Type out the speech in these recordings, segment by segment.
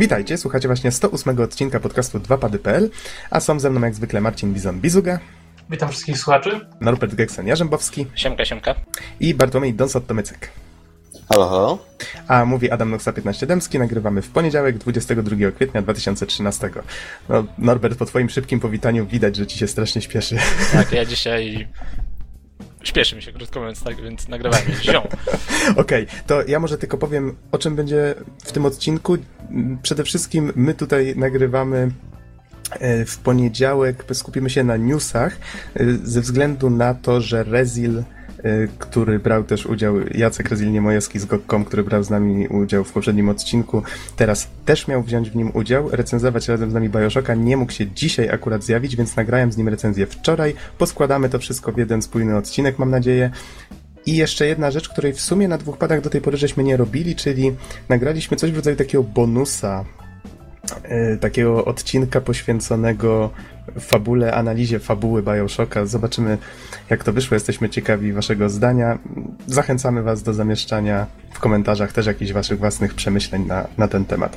Witajcie, słuchacie właśnie 108 odcinka podcastu 2pady.pl, a są ze mną jak zwykle Marcin Bizon-Bizuga. Witam wszystkich słuchaczy. Norbert Geksen-Jarzębowski. Siemka. I Bartłomiej Donsot-Tomycyk. Halo. A mówi Adam Noxa 15 Dębski, nagrywamy w poniedziałek 22 kwietnia 2013. No, Norbert, po twoim szybkim powitaniu widać, że ci się strasznie śpieszy. Tak, ja dzisiaj... Śpieszy mi się, krótko mówiąc, tak, więc nagrywamy ziom. Okej, to ja może tylko powiem, o czym będzie w tym odcinku. Przede wszystkim my tutaj nagrywamy w poniedziałek, skupimy się na newsach, ze względu na to, że Rezil, który brał też udział, Jacek Rezil-Niemojewski z GOG.com, który brał z nami udział w poprzednim odcinku, teraz też miał wziąć w nim udział, recenzować razem z nami BioShocka, nie mógł się dzisiaj akurat zjawić, więc nagrałem z nim recenzję wczoraj, poskładamy to wszystko w jeden spójny odcinek, mam nadzieję. I jeszcze jedna rzecz, której w sumie na dwóch padach do tej pory żeśmy nie robili, czyli nagraliśmy coś w rodzaju takiego bonusa, takiego odcinka poświęconego fabule, analizie fabuły BioShocka. Zobaczymy, jak to wyszło. Jesteśmy ciekawi waszego zdania. Zachęcamy was do zamieszczania w komentarzach też jakichś waszych własnych przemyśleń na ten temat.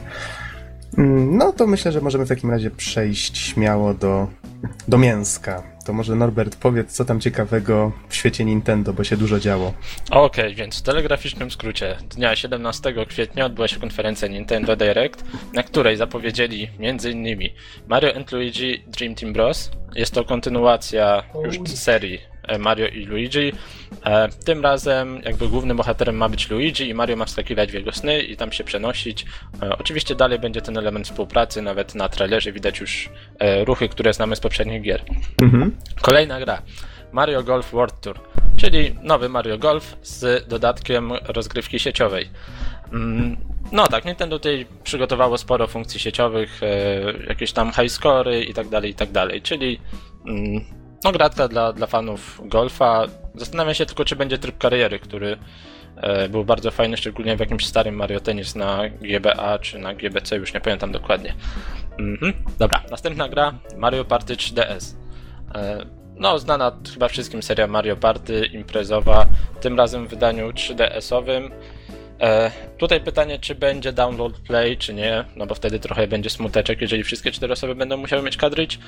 No to myślę, że możemy w takim razie przejść śmiało do mięska. To może Norbert powiedz, co tam ciekawego w świecie Nintendo, bo się dużo działo. Okej, więc w telegraficznym skrócie dnia 17 kwietnia odbyła się konferencja Nintendo Direct, na której zapowiedzieli m.in. Mario & Luigi Dream Team Bros. Jest to kontynuacja już serii Mario i Luigi. Tym razem jakby głównym bohaterem ma być Luigi i Mario ma wskakiwać w jego sny i tam się przenosić. Oczywiście dalej będzie ten element współpracy, nawet na trailerze widać już ruchy, które znamy z poprzednich gier. Kolejna gra, Mario Golf World Tour, czyli nowy Mario Golf z dodatkiem rozgrywki sieciowej. No tak, Nintendo tutaj przygotowało sporo funkcji sieciowych, jakieś tam high score'y i tak dalej, czyli no gratka dla fanów golfa. Zastanawiam się tylko, czy będzie tryb kariery, który był bardzo fajny, szczególnie w jakimś starym Mario Tennis na GBA czy na GBC, już nie pamiętam dokładnie. Dobra, następna gra, Mario Party 3DS. No, znana chyba wszystkim seria Mario Party imprezowa, tym razem w wydaniu 3DS-owym. Tutaj pytanie, czy będzie download play, czy nie, no bo wtedy trochę będzie smuteczek, jeżeli wszystkie 4 osoby będą musiały mieć cartridge.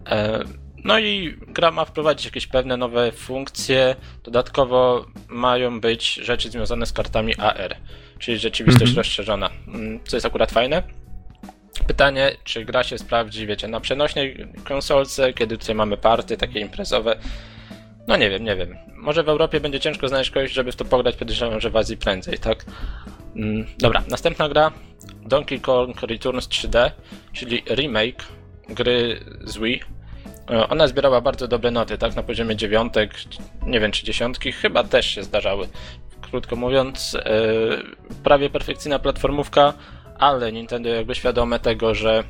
No i gra ma wprowadzić jakieś pewne nowe funkcje, dodatkowo mają być rzeczy związane z kartami AR, czyli rzeczywistość rozszerzona, co jest akurat fajne. Pytanie, czy gra się sprawdzi, wiecie, na przenośnej konsolce, kiedy tutaj mamy party takie imprezowe. No nie wiem. Może w Europie będzie ciężko znaleźć kogoś, żeby w to pograć, podejrzewam, że w Azji prędzej, tak? Dobra, następna gra, Donkey Kong Returns 3D, czyli remake gry z Wii. Ona zbierała bardzo dobre noty, tak? Na poziomie 9, nie wiem czy 10, chyba też się zdarzały. Krótko mówiąc, prawie perfekcyjna platformówka, ale Nintendo jakby świadome tego, że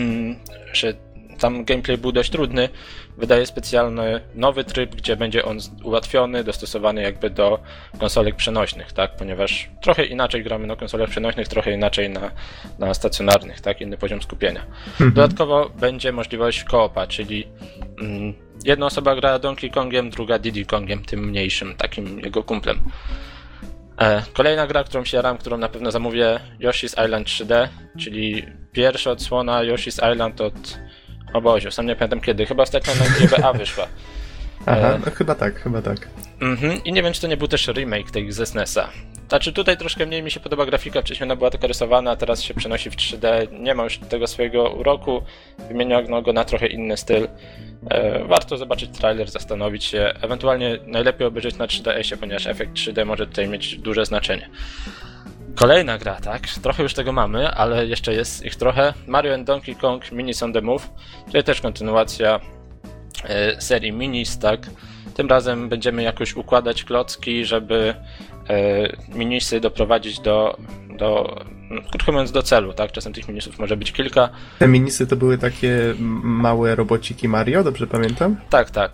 tam gameplay był dość trudny, wydaje specjalny nowy tryb, gdzie będzie on ułatwiony, dostosowany jakby do konsolek przenośnych, tak? Ponieważ trochę inaczej gramy na konsolach przenośnych, trochę inaczej na stacjonarnych, tak? Inny poziom skupienia. Dodatkowo będzie możliwość koopa, czyli jedna osoba gra Donkey Kongiem, druga Diddy Kongiem, tym mniejszym, takim jego kumplem. Kolejna gra, którą się jaram, którą na pewno zamówię, Yoshi's Island 3D, czyli pierwsza odsłona Yoshi's Island od... O Boziu, sam nie pamiętam kiedy, chyba ostatnio na GBA wyszła. Aha, no chyba tak. I nie wiem, czy to nie był też remake tej ze SNES-a. Znaczy tutaj troszkę mniej mi się podoba grafika, wcześniej ona była taka rysowana, a teraz się przenosi w 3D, nie ma już tego swojego uroku, wymieniono go na trochę inny styl. Warto zobaczyć trailer, zastanowić się, ewentualnie najlepiej obejrzeć na 3DS-ie, ponieważ efekt 3D może tutaj mieć duże znaczenie. Kolejna gra, tak, trochę już tego mamy, ale jeszcze jest ich trochę. Mario & Donkey Kong Minis on the Move, czyli też kontynuacja serii Minis, tak. Tym razem będziemy jakoś układać klocki, żeby minisy doprowadzić do krótko mówiąc, do celu, tak? Czasem tych minisów może być kilka. Te minisy to były takie małe robociki Mario, dobrze pamiętam? Tak.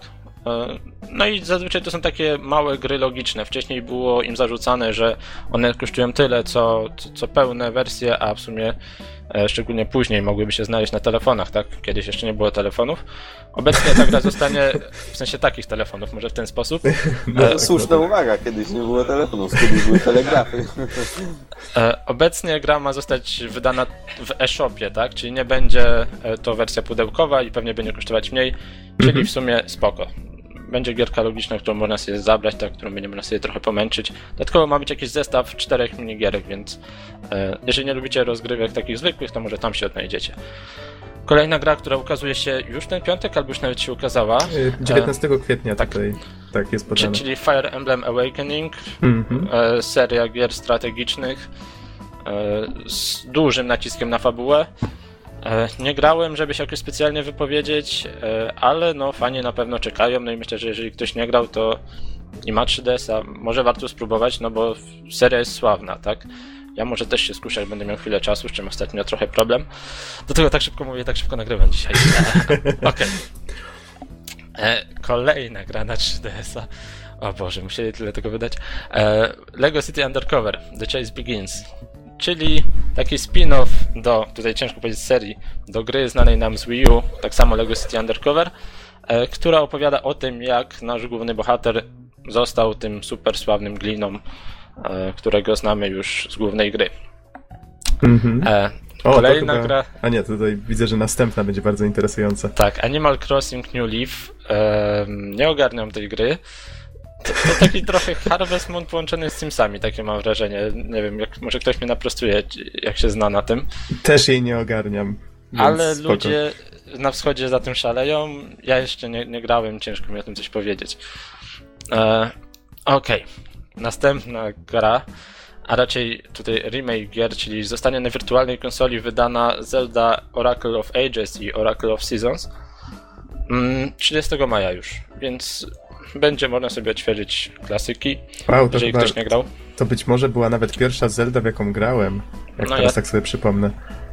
No i zazwyczaj to są takie małe gry logiczne. Wcześniej było im zarzucane, że one kosztują tyle, co pełne wersje, a w sumie szczególnie później mogłyby się znaleźć na telefonach, tak? Kiedyś jeszcze nie było telefonów. Obecnie ta gra zostanie, w sensie takich telefonów, może w ten sposób. No, słuszna uwaga, kiedyś nie było telefonów, kiedyś były telegrafy. Obecnie gra ma zostać wydana w e-shopie, tak? Czyli nie będzie to wersja pudełkowa i pewnie będzie kosztować mniej, czyli w sumie spoko. Będzie gierka logiczna, którą można sobie zabrać, tak, którą będzie można sobie trochę pomęczyć. Dodatkowo ma być jakiś zestaw 4 minigierek, więc jeżeli nie lubicie rozgrywek takich zwykłych, to może tam się odnajdziecie. Kolejna gra, która ukazuje się już ten piątek, albo już nawet się ukazała. 19 kwietnia tutaj tak jest podane. Czyli Fire Emblem Awakening, seria gier strategicznych z dużym naciskiem na fabułę. Nie grałem, żeby się jakoś specjalnie wypowiedzieć, ale no fani na pewno czekają, no i myślę, że jeżeli ktoś nie grał, to i ma 3DS-a, może warto spróbować, no bo seria jest sławna, tak? Ja może też się skuszę, jak będę miał chwilę czasu, z czym ostatnio miał trochę problem. Do tego tak szybko mówię, tak szybko nagrywam dzisiaj. Okej. Kolejna gra na 3DS-a. O Boże, musieli tyle tego wydać. Lego City Undercover, The Chase Begins. Czyli taki spin-off do, tutaj ciężko powiedzieć serii, do gry znanej nam z Wii U, tak samo Lego City Undercover, która opowiada o tym, jak nasz główny bohater został tym super sławnym gliną, którego znamy już z głównej gry. Kolejna gra... A nie, tutaj widzę, że następna będzie bardzo interesująca. Tak, Animal Crossing New Leaf. Nie ogarniam tej gry. To taki trochę Harvest Moon połączony z Simsami, takie mam wrażenie. Nie wiem, może ktoś mnie naprostuje, jak się zna na tym. Też jej nie ogarniam. Ale spoko. ludzie na wschodzie za tym szaleją. Ja jeszcze nie grałem, ciężko mi o tym coś powiedzieć. Okej. Następna gra, a raczej tutaj remake gier, czyli zostanie na wirtualnej konsoli wydana Zelda Oracle of Ages i Oracle of Seasons 30 maja już, więc będzie można sobie odświeżyć klasyki, Wow, jeżeli ktoś nie grał. To być może była nawet pierwsza Zelda, w jaką grałem, jak No teraz ja... tak sobie przypomnę.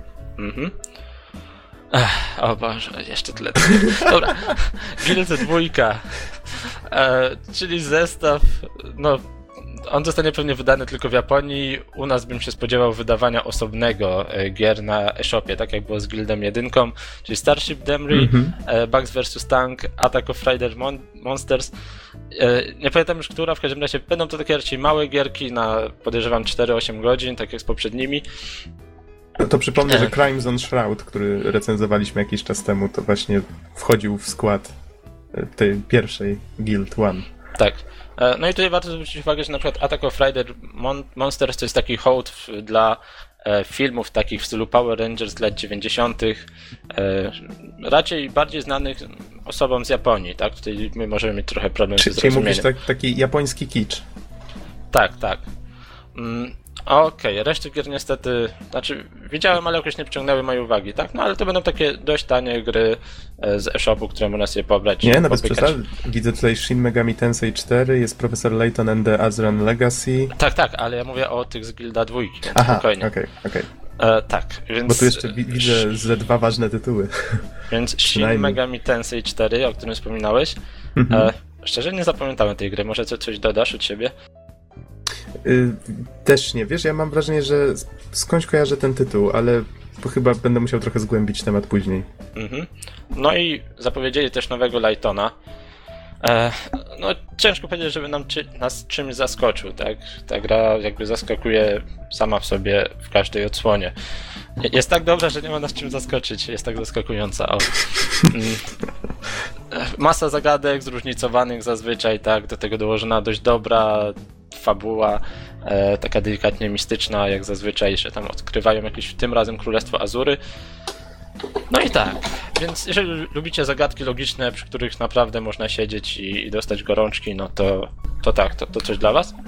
O Boże, jeszcze tyle. Dobra, Guild 2, czyli zestaw, no on zostanie pewnie wydany tylko w Japonii. U nas bym się spodziewał wydawania osobnego gier na e-shopie, tak jak było z Guildem 1, czyli Starship Demry, Bugs vs. Tank, Attack of Rider Monsters. Nie pamiętam już która, w każdym razie będą to takie raczej małe gierki na, podejrzewam, 4-8 godzin, tak jak z poprzednimi. No to przypomnę, że Crimson Shroud, który recenzowaliśmy jakiś czas temu, to właśnie wchodził w skład tej pierwszej Guild 1. Tak. No i tutaj warto zwrócić uwagę, że na przykład Attack of Rider Monsters to jest taki hołd dla filmów takich w stylu Power Rangers z lat 90. Raczej bardziej znanych osobom z Japonii, tak? Tutaj my możemy mieć trochę problem z zrozumieniem. Czyli mówisz taki japoński kicz. Tak. Okej, reszty gier niestety, znaczy widziałem, ale jakoś nie przyciągnęły mojej uwagi, tak? No ale to będą takie dość tanie gry z e-shopu, które można sobie pobrać. Nie, no bez przesady. Widzę tutaj Shin Megami Tensei 4, jest Professor Layton and the Azran Legacy. Tak, ale ja mówię o tych z Guilda 2, więc aha, spokojnie. Okej. Tak, więc... Bo tu jeszcze widzę ze dwa ważne tytuły. Więc Shin Megami Tensei 4, o którym wspominałeś, szczerze nie zapamiętałem tej gry, może coś dodasz od siebie? Też nie, wiesz, ja mam wrażenie, że skądś kojarzę ten tytuł, ale chyba będę musiał trochę zgłębić temat później. No i zapowiedzieli też nowego Laytona. No ciężko powiedzieć, żeby nas czymś zaskoczył, tak? Ta gra jakby zaskakuje sama w sobie w każdej odsłonie. Jest tak dobra, że nie ma nas czym zaskoczyć, jest tak zaskakująca. Masa zagadek zróżnicowanych zazwyczaj, tak? Do tego dołożona dość dobra fabuła, taka delikatnie mistyczna, jak zazwyczaj, że tam odkrywają jakieś, tym razem Królestwo Azury. No i tak, więc jeżeli lubicie zagadki logiczne, przy których naprawdę można siedzieć i dostać gorączki, no to tak, to coś dla was.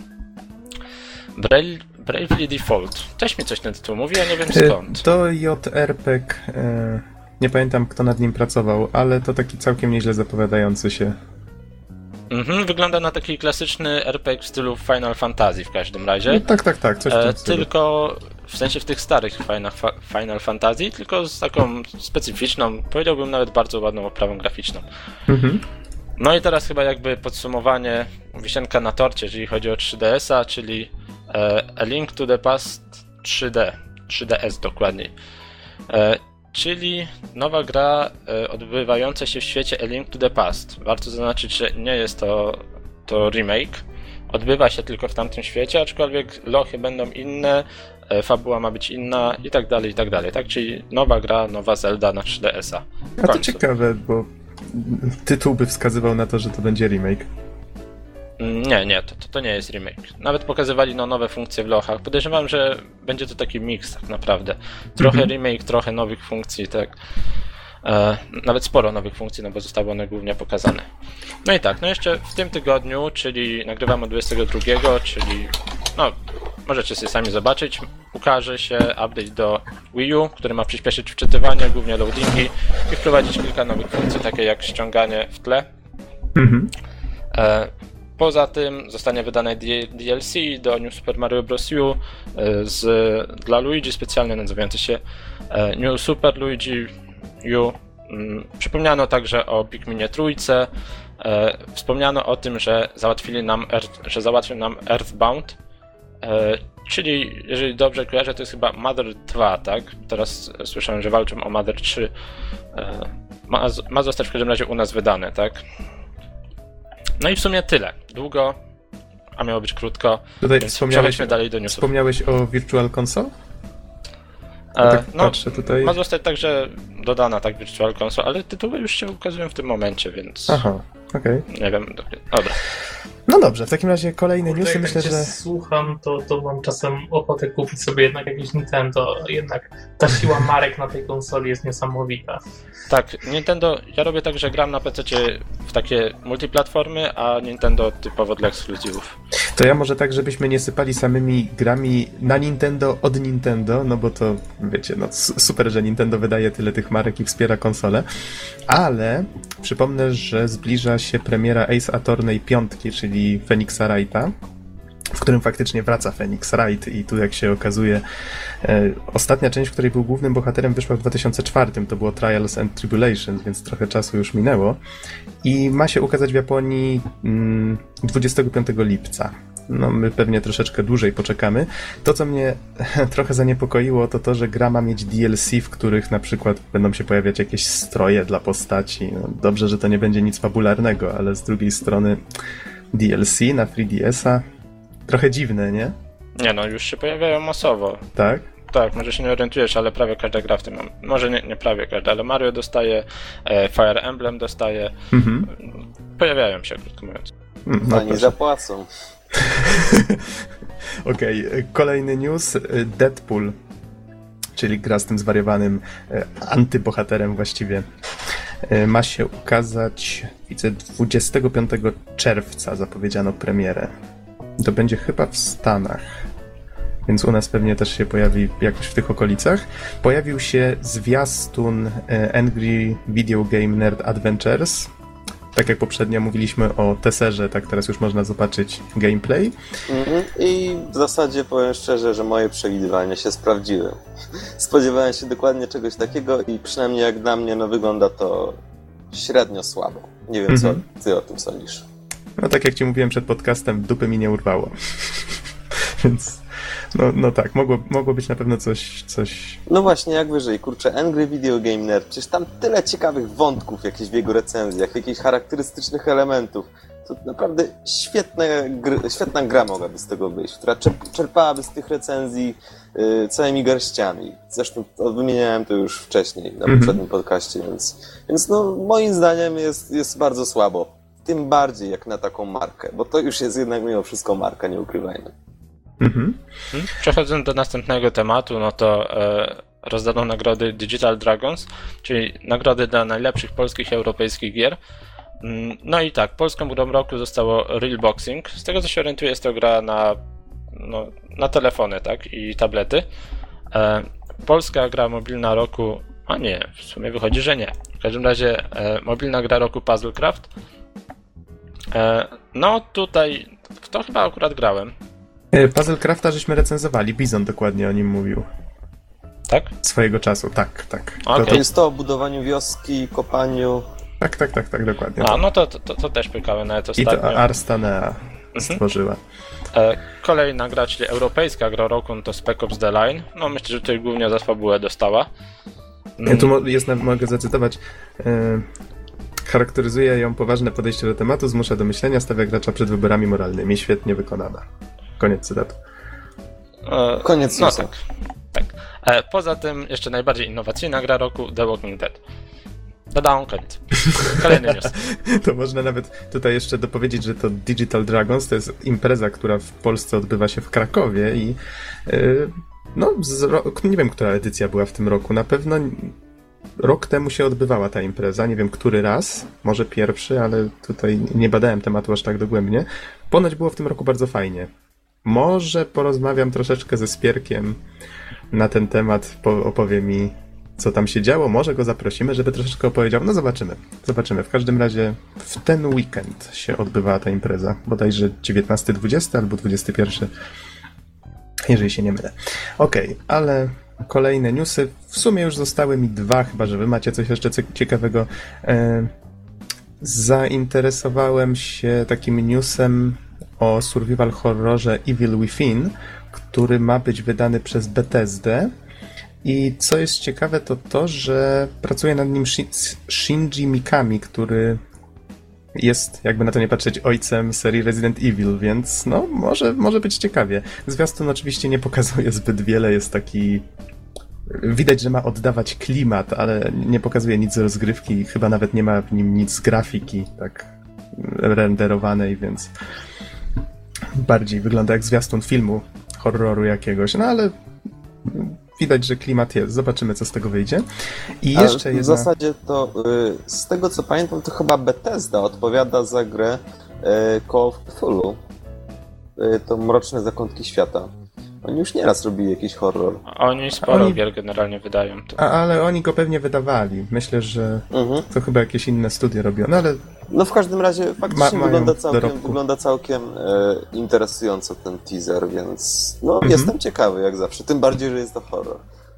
Bravely Default. Też mi coś ten tytuł mówi, ja nie wiem skąd. To JRPG, nie pamiętam kto nad nim pracował, ale to taki całkiem nieźle zapowiadający się. Wygląda na taki klasyczny RPG w stylu Final Fantasy w każdym razie. No, tak, coś w tym stylu. Tylko w sensie w tych starych Final Fantasy, tylko z taką specyficzną, powiedziałbym nawet bardzo ładną oprawą graficzną. No i teraz chyba jakby podsumowanie, wisienka na torcie, jeżeli chodzi o 3DS-a, czyli A Link to the Past 3D, 3DS dokładniej. Czyli nowa gra odbywająca się w świecie A Link to the Past. Warto zaznaczyć, że nie jest to remake. Odbywa się tylko w tamtym świecie, aczkolwiek lochy będą inne, fabuła ma być inna i tak dalej, i tak dalej. Tak? Czyli nowa gra, nowa Zelda na 3DS-a. A to ciekawe, bo tytuł by wskazywał na to, że to będzie remake. Nie, to nie jest remake. Nawet pokazywali nowe funkcje w lochach. Podejrzewam, że będzie to taki miks tak naprawdę. Trochę remake, trochę nowych funkcji, tak. Nawet sporo nowych funkcji, no bo zostały one głównie pokazane. No i tak, no jeszcze w tym tygodniu, czyli nagrywamy 22, czyli no, możecie sobie sami zobaczyć, ukaże się update do Wii U, który ma przyspieszyć wczytywanie, głównie loadingi i wprowadzić kilka nowych funkcji, takie jak ściąganie w tle. Poza tym zostanie wydane DLC do New Super Mario Bros. U dla Luigi, specjalnie nazywający się New Super Luigi U. Przypomniano także o Pikminie trójce. Wspomniano o tym, że załatwił nam Earthbound. Czyli, jeżeli dobrze kojarzę, to jest chyba Mother 2, tak? Teraz słyszałem, że walczą o Mother 3. Ma zostać w każdym razie u nas wydane, tak? No i w sumie tyle. Długo, a miało być krótko. Tutaj przejdźmy dalej do newsów. Wspomniałeś o Virtual Console? Patrzę tutaj. Ma zostać także dodana tak Virtual Console, ale tytuły już się ukazują w tym momencie, więc... Aha, okej. Nie wiem, dobra. No dobrze, w takim razie kolejne newsy, myślę, jak że... słucham, to mam czasem ochotę kupić sobie jednak jakieś Nintendo. Jednak ta siła marek na tej konsoli jest niesamowita. Tak, Nintendo, ja robię tak, że gram na PC-cie w takie multiplatformy, a Nintendo typowo dla ekskluzywów. To ja może tak, żebyśmy nie sypali samymi grami na Nintendo od Nintendo, no bo to, wiecie, no super, że Nintendo wydaje tyle tych marek i wspiera konsole, ale przypomnę, że zbliża się premiera Ace Attorney 5, czyli Phoenixa Wrighta, w którym faktycznie wraca Phoenix Wright i tu, jak się okazuje, ostatnia część, w której był głównym bohaterem, wyszła w 2004, to było Trials and Tribulations, więc trochę czasu już minęło i ma się ukazać w Japonii 25 lipca. No, my pewnie troszeczkę dłużej poczekamy. To, co mnie trochę zaniepokoiło, to to, że gra ma mieć DLC, w których na przykład będą się pojawiać jakieś stroje dla postaci. No, dobrze, że to nie będzie nic fabularnego, ale z drugiej strony DLC na 3DS-a trochę dziwne, nie? Nie no, już się pojawiają masowo. Tak? Tak, może się nie orientujesz, ale prawie każda gra w tym mam. Może nie prawie każda, ale Mario dostaje, Fire Emblem dostaje. Pojawiają się, krótko mówiąc. No, Oni zapłacą. Okej, kolejny news. Deadpool, czyli gra z tym zwariowanym antybohaterem właściwie, ma się ukazać, widzę, 25 czerwca zapowiedziano premierę. To będzie chyba w Stanach, więc u nas pewnie też się pojawi jakoś w tych okolicach. Pojawił się zwiastun Angry Video Game Nerd Adventures. Tak jak poprzednio mówiliśmy o Tesserze, tak teraz już można zobaczyć gameplay. I w zasadzie powiem szczerze, że moje przewidywania się sprawdziły. Spodziewałem się dokładnie czegoś takiego i przynajmniej jak dla mnie no wygląda to średnio słabo. Nie wiem, co ty o tym sądzisz. No tak jak ci mówiłem przed podcastem, dupy mi nie urwało. Więc no tak, mogło być na pewno coś... No właśnie, jak wyżej, kurczę, Angry Video Game Nerd, przecież tam tyle ciekawych wątków jakichś w jego recenzjach, jakichś charakterystycznych elementów. To naprawdę świetna gra mogłaby z tego być, która czerpałaby z tych recenzji całymi garściami. Zresztą wymieniałem to już wcześniej na poprzednim podcaście, więc no moim zdaniem jest bardzo słabo. Tym bardziej jak na taką markę, bo to już jest jednak mimo wszystko marka, nie ukrywajmy. Przechodząc do następnego tematu, no to rozdano nagrody Digital Dragons, czyli nagrody dla najlepszych polskich i europejskich gier. No i tak, polską grą roku zostało Real Boxing. Z tego co się orientuję, jest to gra na telefony, tak, i tablety. Polska gra mobilna roku, a nie, w sumie wychodzi, że nie. W każdym razie mobilna gra roku Puzzlecraft. No tutaj, w to chyba akurat grałem. Puzzlecrafta żeśmy recenzowali, Bizon dokładnie o nim mówił. Tak? Swojego czasu, tak. Okay. To jest to o budowaniu wioski, kopaniu... Tak, dokładnie. A, no to też pykałem nawet I ostatnio. to Arstanea stworzyła. Kolejna gra, czyli europejska gra roku, to Spec Ops The Line. No myślę, że tutaj głównie za fabułę dostała. Ja tu mogę zacytować. Charakteryzuje ją poważne podejście do tematu, zmusza do myślenia, stawia gracza przed wyborami moralnymi. Świetnie wykonana. Koniec cytatu. Koniec no newsa. tak. Poza tym jeszcze najbardziej innowacyjna gra roku The Walking Dead. Dodałem koniec. Kolejny news. To można nawet tutaj jeszcze dopowiedzieć, że to Digital Dragons to jest impreza, która w Polsce odbywa się w Krakowie i nie wiem, która edycja była w tym roku. Na pewno rok temu się odbywała ta impreza. Nie wiem, który raz. Może pierwszy, ale tutaj nie badałem tematu aż tak dogłębnie. Ponoć było w tym roku bardzo fajnie. Może porozmawiam troszeczkę ze Spierkiem na ten temat, opowie mi, co tam się działo. Może go zaprosimy, żeby troszeczkę opowiedział. No zobaczymy. W każdym razie w ten weekend się odbywała ta impreza. Bodajże 19-20 albo 21, jeżeli się nie mylę. Okej, ale kolejne newsy. W sumie już zostały mi 2, chyba że wy macie coś jeszcze ciekawego. Zainteresowałem się takim newsem o survival horrorze Evil Within, który ma być wydany przez Bethesdę. I co jest ciekawe, to to, że pracuje nad nim Shinji Mikami, który jest, jakby na to nie patrzeć, ojcem serii Resident Evil, więc no, może być ciekawie. Zwiastun oczywiście nie pokazuje zbyt wiele, jest taki... Widać, że ma oddawać klimat, ale nie pokazuje nic z rozgrywki, chyba nawet nie ma w nim nic z grafiki, tak renderowanej, więc bardziej wygląda jak zwiastun filmu horroru jakiegoś, no ale widać, że klimat jest. Zobaczymy, co z tego wyjdzie. I jeszcze jedna... W zasadzie to, z tego co pamiętam, to chyba Bethesda odpowiada za grę Call of Cthulhu. To Mroczne Zakątki Świata. Oni już nieraz robili jakiś horror. Oni sporo gier generalnie wydają. Ale oni go pewnie wydawali. Myślę, że to chyba jakieś inne studia robią. No ale... No w każdym razie faktycznie wygląda całkiem interesująco ten teaser, więc jestem ciekawy jak zawsze. Tym bardziej, że jest to horror.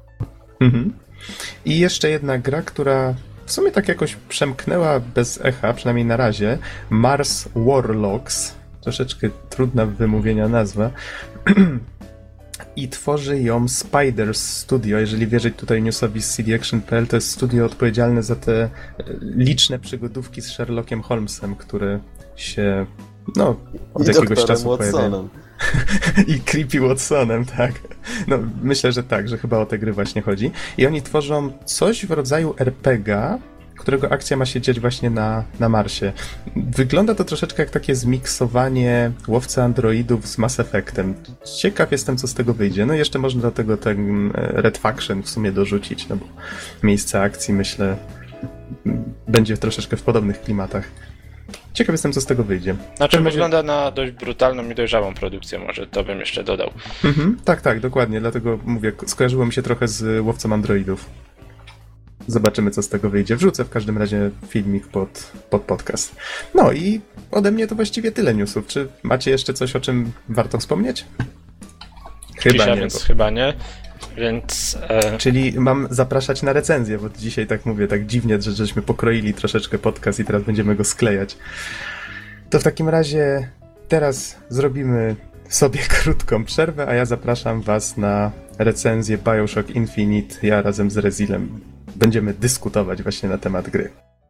I jeszcze jedna gra, która w sumie tak jakoś przemknęła bez echa, przynajmniej na razie. Mars Warlocks. Troszeczkę trudna wymówienia nazwa. I tworzy ją Spiders Studio. Jeżeli wierzyć tutaj newsowi z cdaction.pl, to jest studio odpowiedzialne za te liczne przygodówki z Sherlockiem Holmesem, które się od jakiegoś czasu pojawiają. I Creepy Watsonem, tak. No, myślę, że tak, że chyba o te gry właśnie chodzi. I oni tworzą coś w rodzaju RPG, którego akcja ma się dziać właśnie na Marsie. Wygląda to troszeczkę jak takie zmiksowanie Łowcy Androidów z Mass Effectem. Ciekaw jestem, co z tego wyjdzie. No i jeszcze można do tego ten Red Faction w sumie dorzucić, no bo miejsce akcji, myślę, będzie troszeczkę w podobnych klimatach. Ciekaw jestem, co z tego wyjdzie. Znaczy wygląda na dość brutalną i dojrzałą produkcję, może to bym jeszcze dodał. Tak, dokładnie, dlatego mówię, skojarzyło mi się trochę z Łowcą Androidów. Zobaczymy, co z tego wyjdzie. Wrzucę w każdym razie filmik pod podcast. No i ode mnie to właściwie tyle newsów. Czy macie jeszcze coś, o czym warto wspomnieć? Chyba nie. Więc... Czyli mam zapraszać na recenzję, bo dzisiaj tak mówię, tak dziwnie, że żeśmy pokroili troszeczkę podcast i teraz będziemy go sklejać. To w takim razie teraz zrobimy sobie krótką przerwę, a ja zapraszam was na recenzję BioShock Infinite. Ja razem z Rezilem będziemy dyskutować właśnie na temat gry.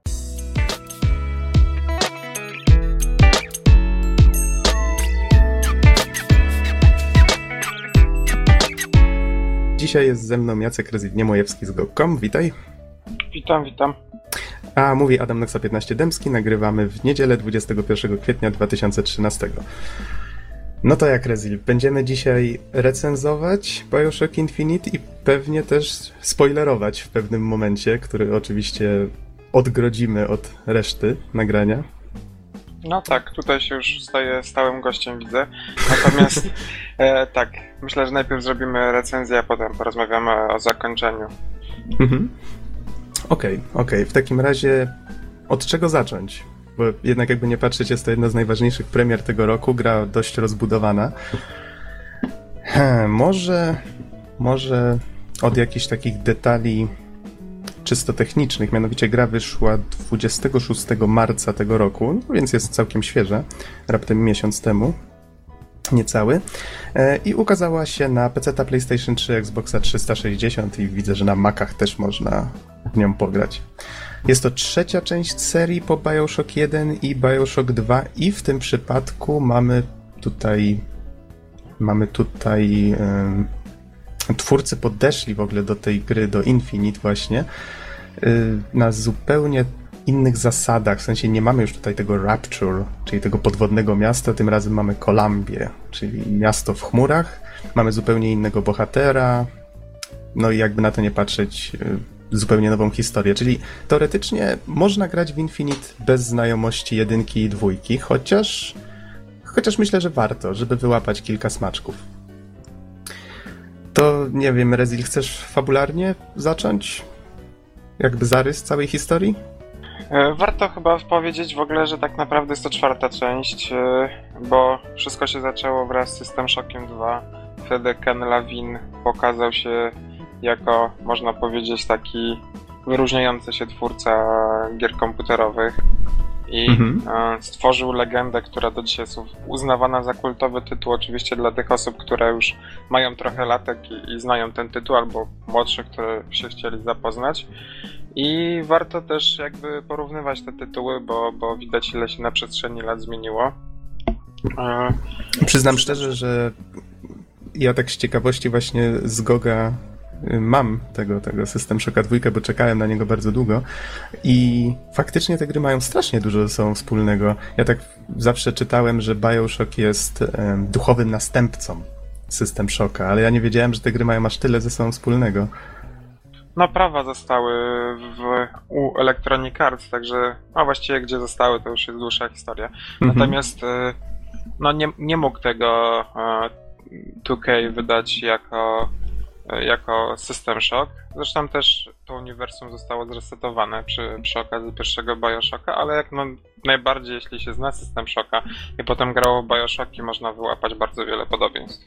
Dzisiaj jest ze mną Jacek Rezil-Niemojewski z GOG.com. Witaj. Witam. A mówi Adam Noxa 15 Dębski. Nagrywamy w niedzielę 21 kwietnia 2013. No to jak, Rezil, będziemy dzisiaj recenzować BioShock Infinite i pewnie też spoilerować w pewnym momencie, który oczywiście odgrodzimy od reszty nagrania. No tak, tutaj się już staję stałym gościem, widzę. Natomiast tak, myślę, że najpierw zrobimy recenzję, a potem porozmawiamy o zakończeniu. Okej. W takim razie od czego zacząć? Bo jednak jakby nie patrzeć, jest to jedna z najważniejszych premier tego roku, gra dość rozbudowana. Może od jakichś takich detali czysto technicznych, mianowicie gra wyszła 26 marca tego roku, więc jest całkiem świeża, raptem miesiąc temu, niecały, i ukazała się na PC, PlayStation 3, Xboxa 360 i widzę, że na Macach też można w nią pograć. Jest to trzecia część serii po BioShock 1 i BioShock 2 i w tym przypadku mamy tutaj twórcy podeszli w ogóle do tej gry, do Infinite właśnie, na zupełnie innych zasadach, w sensie nie mamy już tutaj tego Rapture, czyli tego podwodnego miasta, tym razem mamy Columbię, czyli miasto w chmurach, mamy zupełnie innego bohatera, no i jakby na to nie patrzeć, zupełnie nową historię, czyli teoretycznie można grać w Infinite bez znajomości 1 i 2, chociaż myślę, że warto, żeby wyłapać kilka smaczków. To nie wiem, Rezil, chcesz fabularnie zacząć? Jakby zarys całej historii? Warto chyba powiedzieć w ogóle, że tak naprawdę jest to czwarta część, bo wszystko się zaczęło wraz z System Shockiem 2. Wtedy Ken Levine pokazał się jako, można powiedzieć, taki wyróżniający się twórca gier komputerowych i stworzył legendę, która do dzisiaj jest uznawana za kultowy tytuł, oczywiście dla tych osób, które już mają trochę latek i znają ten tytuł, albo młodszych, które się chcieli zapoznać. I warto też jakby porównywać te tytuły, bo widać, ile się na przestrzeni lat zmieniło. Przyznam szczerze, że ja tak z ciekawości właśnie z GOG-a mam tego System Shocka 2, bo czekałem na niego bardzo długo i faktycznie te gry mają strasznie dużo ze sobą wspólnego. Ja tak zawsze czytałem, że BioShock jest duchowym następcą System Shocka, ale ja nie wiedziałem, że te gry mają aż tyle ze sobą wspólnego. No, prawa zostały u Electronic Arts, także właściwie gdzie zostały, to już jest dłuższa historia. Natomiast no nie mógł tego 2K wydać jako System Shock. Zresztą też to uniwersum zostało zresetowane przy okazji pierwszego BioShocka, ale jak najbardziej, jeśli się zna System Shocka i potem grało BioShocki, można wyłapać bardzo wiele podobieństw.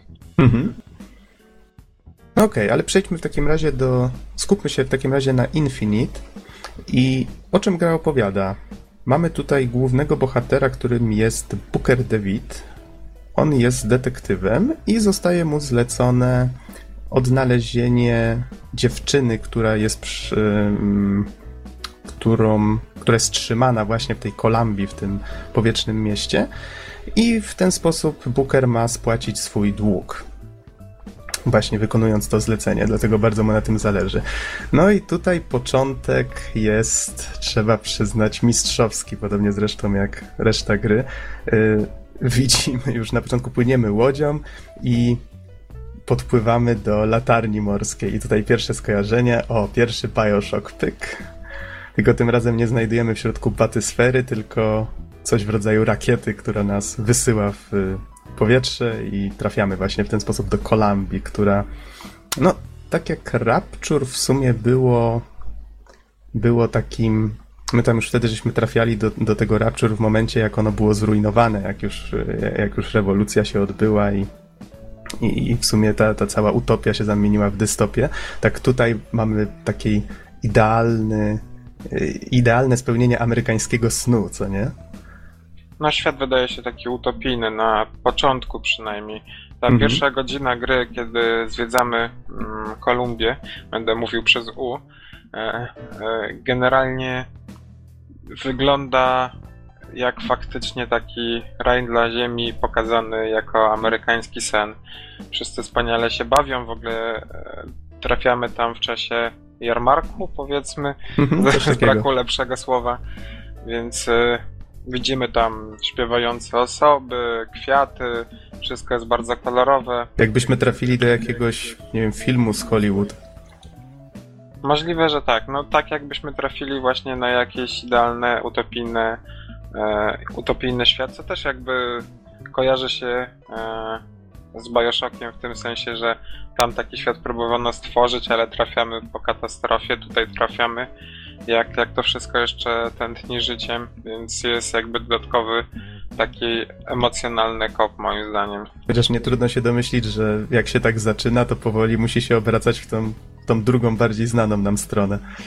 Okej, ale przejdźmy w takim razie skupmy się w takim razie na Infinite i o czym gra opowiada. Mamy tutaj głównego bohatera, którym jest Booker DeWitt. On jest detektywem i zostaje mu zlecone odnalezienie dziewczyny, która jest która jest trzymana właśnie w tej Columbii, w tym powietrznym mieście i w ten sposób Booker ma spłacić swój dług. Właśnie wykonując to zlecenie, dlatego bardzo mu na tym zależy. No i tutaj początek jest, trzeba przyznać, mistrzowski, podobnie zresztą jak reszta gry. Widzimy już na początku, płyniemy łodzią i podpływamy do latarni morskiej. I tutaj pierwsze skojarzenie, pierwszy BioShock, pyk. Tylko tym razem nie znajdujemy w środku batysfery, tylko coś w rodzaju rakiety, która nas wysyła w powietrze i trafiamy właśnie w ten sposób do Columbii, która, no, tak jak Rapture w sumie było takim... My tam już wtedy żeśmy trafiali do tego Rapture w momencie, jak ono było zrujnowane, jak już rewolucja się odbyła i w sumie ta cała utopia się zamieniła w dystopię. Tak tutaj mamy taki idealne spełnienie amerykańskiego snu, co nie? No, świat wydaje się taki utopijny, na początku przynajmniej. Ta pierwsza godzina gry, kiedy zwiedzamy Kolumbię, będę mówił przez U, generalnie wygląda jak faktycznie taki raj dla ziemi pokazany jako amerykański sen. Wszyscy wspaniale się bawią, w ogóle trafiamy tam w czasie jarmarku, powiedzmy, z braku lepszego słowa, więc widzimy tam śpiewające osoby, kwiaty, wszystko jest bardzo kolorowe. Jakbyśmy trafili do jakiegoś, nie wiem, filmu z Hollywood. Możliwe, że tak. No tak jakbyśmy trafili właśnie na jakieś idealne, utopijny świat, co też jakby kojarzy się z BioShockiem w tym sensie, że tam taki świat próbowano stworzyć, ale trafiamy po katastrofie, tutaj trafiamy jak to wszystko jeszcze tętni życiem, więc jest jakby dodatkowy taki emocjonalny kop, moim zdaniem. Chociaż nie trudno się domyślić, że jak się tak zaczyna, to powoli musi się obracać w tą drugą, bardziej znaną nam stronę.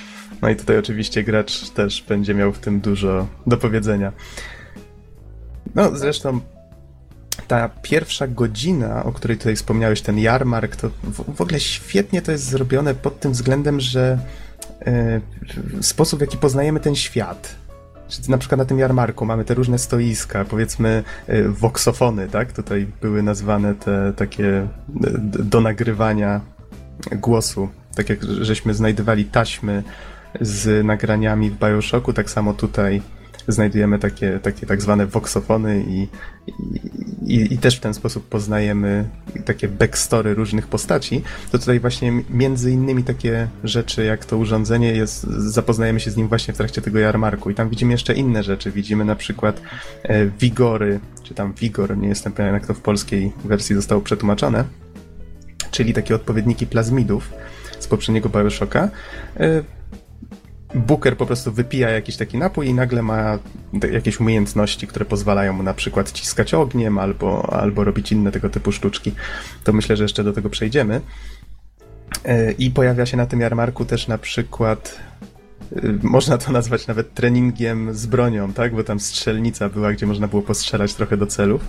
No i tutaj oczywiście gracz też będzie miał w tym dużo do powiedzenia. No zresztą ta pierwsza godzina, o której tutaj wspomniałeś, ten jarmark, to w ogóle świetnie to jest zrobione pod tym względem, że sposób, w jaki poznajemy ten świat. Czyli na przykład na tym jarmarku mamy te różne stoiska, powiedzmy voxofony, tak? Tutaj były nazwane te takie do nagrywania głosu. Tak jak żeśmy znajdowali taśmy z nagraniami w BioShocku, tak samo tutaj znajdujemy takie tak zwane voxofony i też w ten sposób poznajemy takie backstory różnych postaci. To tutaj właśnie między innymi takie rzeczy jak to urządzenie jest, zapoznajemy się z nim właśnie w trakcie tego jarmarku i tam widzimy jeszcze inne rzeczy. Widzimy na przykład wigory, czy tam wigor, nie jestem pewien jak to w polskiej wersji zostało przetłumaczone, czyli takie odpowiedniki plazmidów z poprzedniego BioShocka. Booker po prostu wypija jakiś taki napój i nagle ma jakieś umiejętności, które pozwalają mu na przykład ciskać ogniem albo robić inne tego typu sztuczki. To myślę, że jeszcze do tego przejdziemy. I pojawia się na tym jarmarku też na przykład, można to nazwać nawet treningiem z bronią, tak? Bo tam strzelnica była, gdzie można było postrzelać trochę do celów.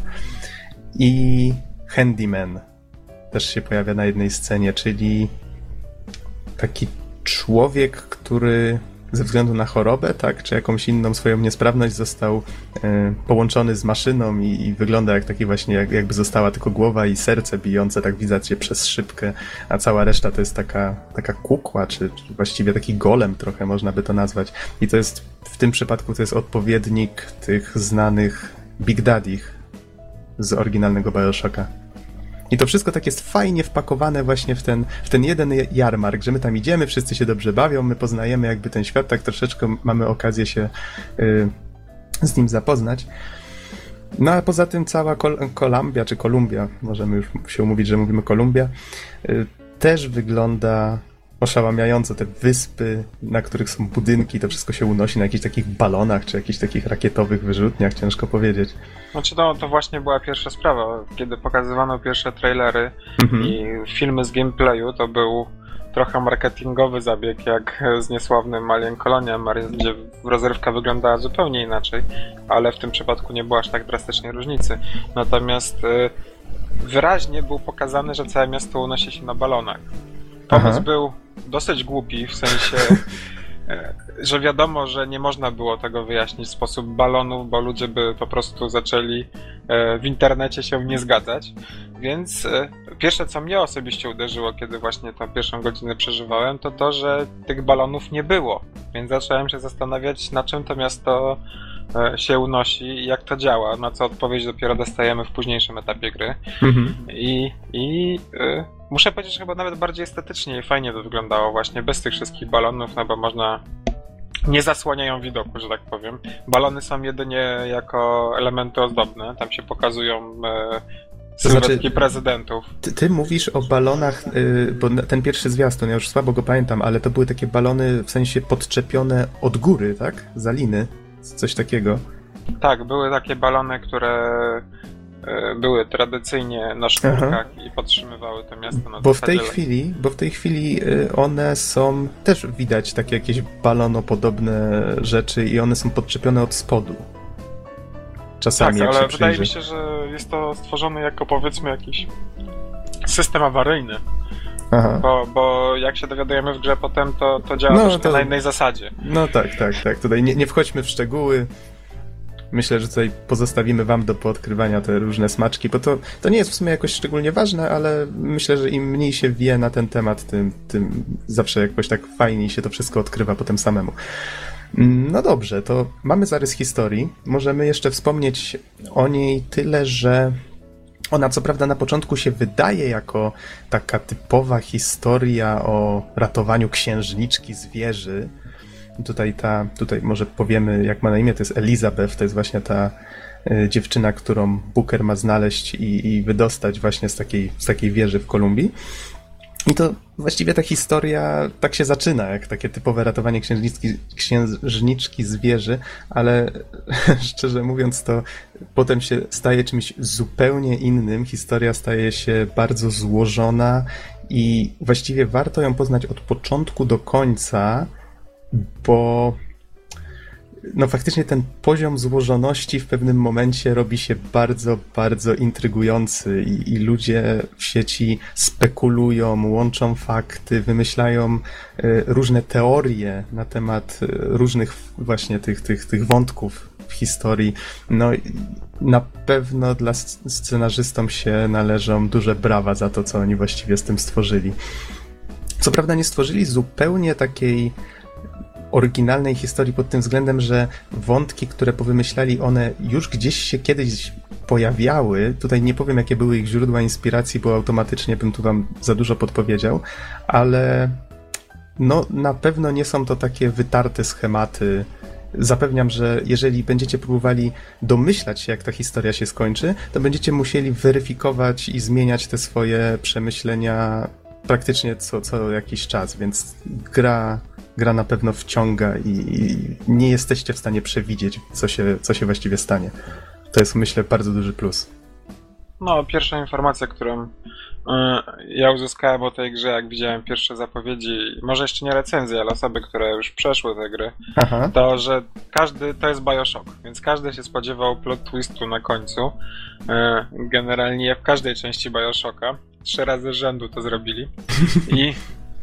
I Handyman też się pojawia na jednej scenie, czyli taki człowiek, który ze względu na chorobę, tak, czy jakąś inną swoją niesprawność został połączony z maszyną i wygląda jak taki właśnie, jakby została tylko głowa i serce bijące, tak widać je przez szybkę, a cała reszta to jest taka kukła, czy właściwie taki golem trochę można by to nazwać. I to jest, w tym przypadku to jest odpowiednik tych znanych Big Daddych z oryginalnego BioShocka. I to wszystko tak jest fajnie wpakowane właśnie w ten jeden jarmark, że my tam idziemy, wszyscy się dobrze bawią, my poznajemy jakby ten świat, tak troszeczkę mamy okazję się z nim zapoznać. No a poza tym cała Columbia, czy Kolumbia, możemy już się umówić, że mówimy Kolumbia, też wygląda oszałamiająco. Te wyspy, na których są budynki, to wszystko się unosi na jakichś takich balonach, czy jakichś takich rakietowych wyrzutniach, ciężko powiedzieć. Znaczy to właśnie była pierwsza sprawa. Kiedy pokazywano pierwsze trailery i filmy z gameplayu, to był trochę marketingowy zabieg, jak z niesławnym Alien Colonial Marines, gdzie rozrywka wyglądała zupełnie inaczej, ale w tym przypadku nie było aż tak drastycznej różnicy. Natomiast wyraźnie było pokazane, że całe miasto unosi się na balonach. Pomysł był dosyć głupi, w sensie, że wiadomo, że nie można było tego wyjaśnić w sposób balonów, bo ludzie by po prostu zaczęli w internecie się nie zgadzać. Więc pierwsze, co mnie osobiście uderzyło, kiedy właśnie tę pierwszą godzinę przeżywałem, to to, że tych balonów nie było. Więc zacząłem się zastanawiać, na czym to miasto się unosi i jak to działa, na co odpowiedź dopiero dostajemy w późniejszym etapie gry. Muszę powiedzieć, że chyba nawet bardziej estetycznie i fajnie to wyglądało właśnie bez tych wszystkich balonów, no bo nie zasłaniają widoku, że tak powiem. Balony są jedynie jako elementy ozdobne, tam się pokazują sylwetki prezydentów. Ty mówisz o balonach, bo ten pierwszy zwiastun, ja już słabo go pamiętam, ale to były takie balony w sensie podczepione od góry, tak? Za liny, coś takiego. Tak, były takie balony, które były tradycyjnie na sznurkach i podtrzymywały to miasto na Bo w tej chwili one są, też widać takie jakieś balonopodobne rzeczy i one są podczepione od spodu. Czasami, tak, jak ale się wydaje przyjrzy. mi się, że jest to stworzone jako, powiedzmy, jakiś system awaryjny. Aha. Bo jak się dowiadujemy w grze potem, to działa na innej zasadzie. No tak. Tutaj nie wchodźmy w szczegóły. Myślę, że tutaj pozostawimy wam do poodkrywania te różne smaczki, bo to nie jest w sumie jakoś szczególnie ważne, ale myślę, że im mniej się wie na ten temat, tym zawsze jakoś tak fajniej się to wszystko odkrywa potem samemu. No dobrze, to mamy zarys historii. Możemy jeszcze wspomnieć o niej tyle, że ona co prawda na początku się wydaje jako taka typowa historia o ratowaniu księżniczki z wieży. Tutaj może powiemy, jak ma na imię, to jest Elizabeth, to jest właśnie ta dziewczyna, którą Booker ma znaleźć i wydostać właśnie z takiej wieży w Kolumbii. I to właściwie ta historia tak się zaczyna, jak takie typowe ratowanie księżniczki z wieży, ale szczerze mówiąc to potem się staje czymś zupełnie innym. Historia staje się bardzo złożona i właściwie warto ją poznać od początku do końca, bo no faktycznie ten poziom złożoności w pewnym momencie robi się bardzo, bardzo intrygujący i ludzie w sieci spekulują, łączą fakty, wymyślają różne teorie na temat różnych właśnie tych wątków w historii. No na pewno dla scenarzystom się należą duże brawa za to, co oni właściwie z tym stworzyli. Co prawda nie stworzyli zupełnie takiej oryginalnej historii pod tym względem, że wątki, które powymyślali, one już gdzieś się kiedyś pojawiały. Tutaj nie powiem, jakie były ich źródła inspiracji, bo automatycznie bym tu wam za dużo podpowiedział, ale no na pewno nie są to takie wytarte schematy. Zapewniam, że jeżeli będziecie próbowali domyślać się, jak ta historia się skończy, to będziecie musieli weryfikować i zmieniać te swoje przemyślenia praktycznie co jakiś czas, więc gra na pewno wciąga i nie jesteście w stanie przewidzieć, co się właściwie stanie. To jest, myślę, bardzo duży plus. No, pierwsza informacja, którą ja uzyskałem o tej grze, jak widziałem pierwsze zapowiedzi, może jeszcze nie recenzje, ale osoby, które już przeszły te gry, to, że to jest BioShock, więc każdy się spodziewał plot twistu na końcu. Generalnie w każdej części BioShocka 3 razy z rzędu to zrobili i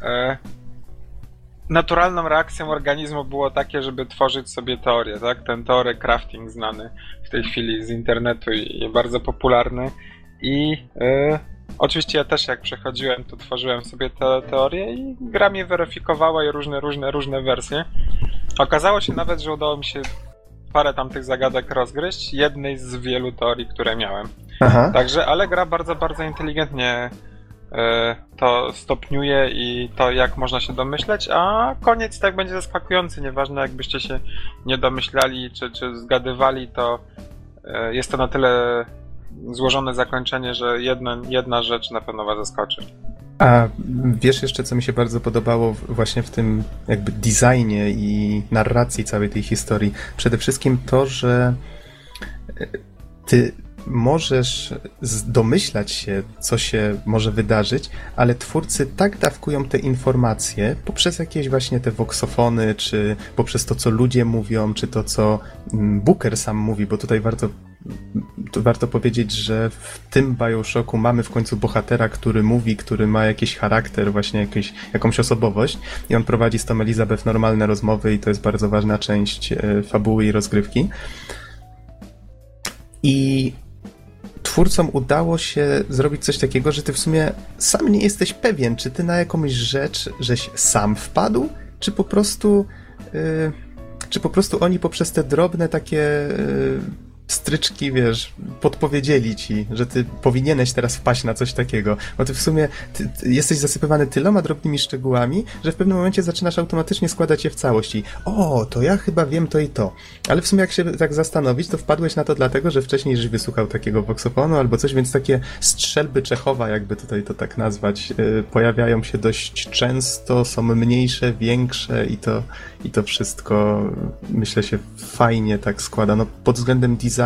naturalną reakcją organizmu było takie, żeby tworzyć sobie teorię, tak? Ten teory crafting znany w tej chwili z internetu i bardzo popularny i oczywiście ja też jak przechodziłem, to tworzyłem sobie te teorie i gra mnie weryfikowała i różne wersje. Okazało się nawet, że udało mi się parę tamtych zagadek rozgryźć, jednej z wielu teorii, które miałem. Aha. Także, ale gra bardzo, bardzo inteligentnie to stopniuje i to jak można się domyśleć, a koniec tak będzie zaskakujący, nieważne jakbyście się nie domyślali czy zgadywali, to jest to na tyle złożone zakończenie, że jedna rzecz na pewno was zaskoczy. A wiesz jeszcze, co mi się bardzo podobało właśnie w tym jakby designie i narracji całej tej historii? Przede wszystkim to, że ty możesz domyślać się, co się może wydarzyć, ale twórcy tak dawkują te informacje poprzez jakieś właśnie te voxofony, czy poprzez to, co ludzie mówią, czy to, co Booker sam mówi, bo tutaj warto powiedzieć, że w tym BioShocku mamy w końcu bohatera, który mówi, który ma jakiś charakter, właśnie jakąś osobowość i on prowadzi z tą Elizabeth normalne rozmowy i to jest bardzo ważna część fabuły i rozgrywki. I twórcom udało się zrobić coś takiego, że ty w sumie sam nie jesteś pewien, czy ty na jakąś rzecz żeś sam wpadł, czy po prostu oni poprzez te drobne takie stryczki, wiesz, podpowiedzieli ci, że ty powinieneś teraz wpaść na coś takiego. Bo ty w sumie jesteś zasypywany tyloma drobnymi szczegółami, że w pewnym momencie zaczynasz automatycznie składać je w całość i to ja chyba wiem to i to. Ale w sumie jak się tak zastanowić, to wpadłeś na to dlatego, że wcześniej żeś wysłuchał takiego voxofonu albo coś, więc takie strzelby Czechowa, jakby tutaj to tak nazwać, pojawiają się dość często, są mniejsze, większe i to wszystko, myślę, się fajnie tak składa. No, pod względem designu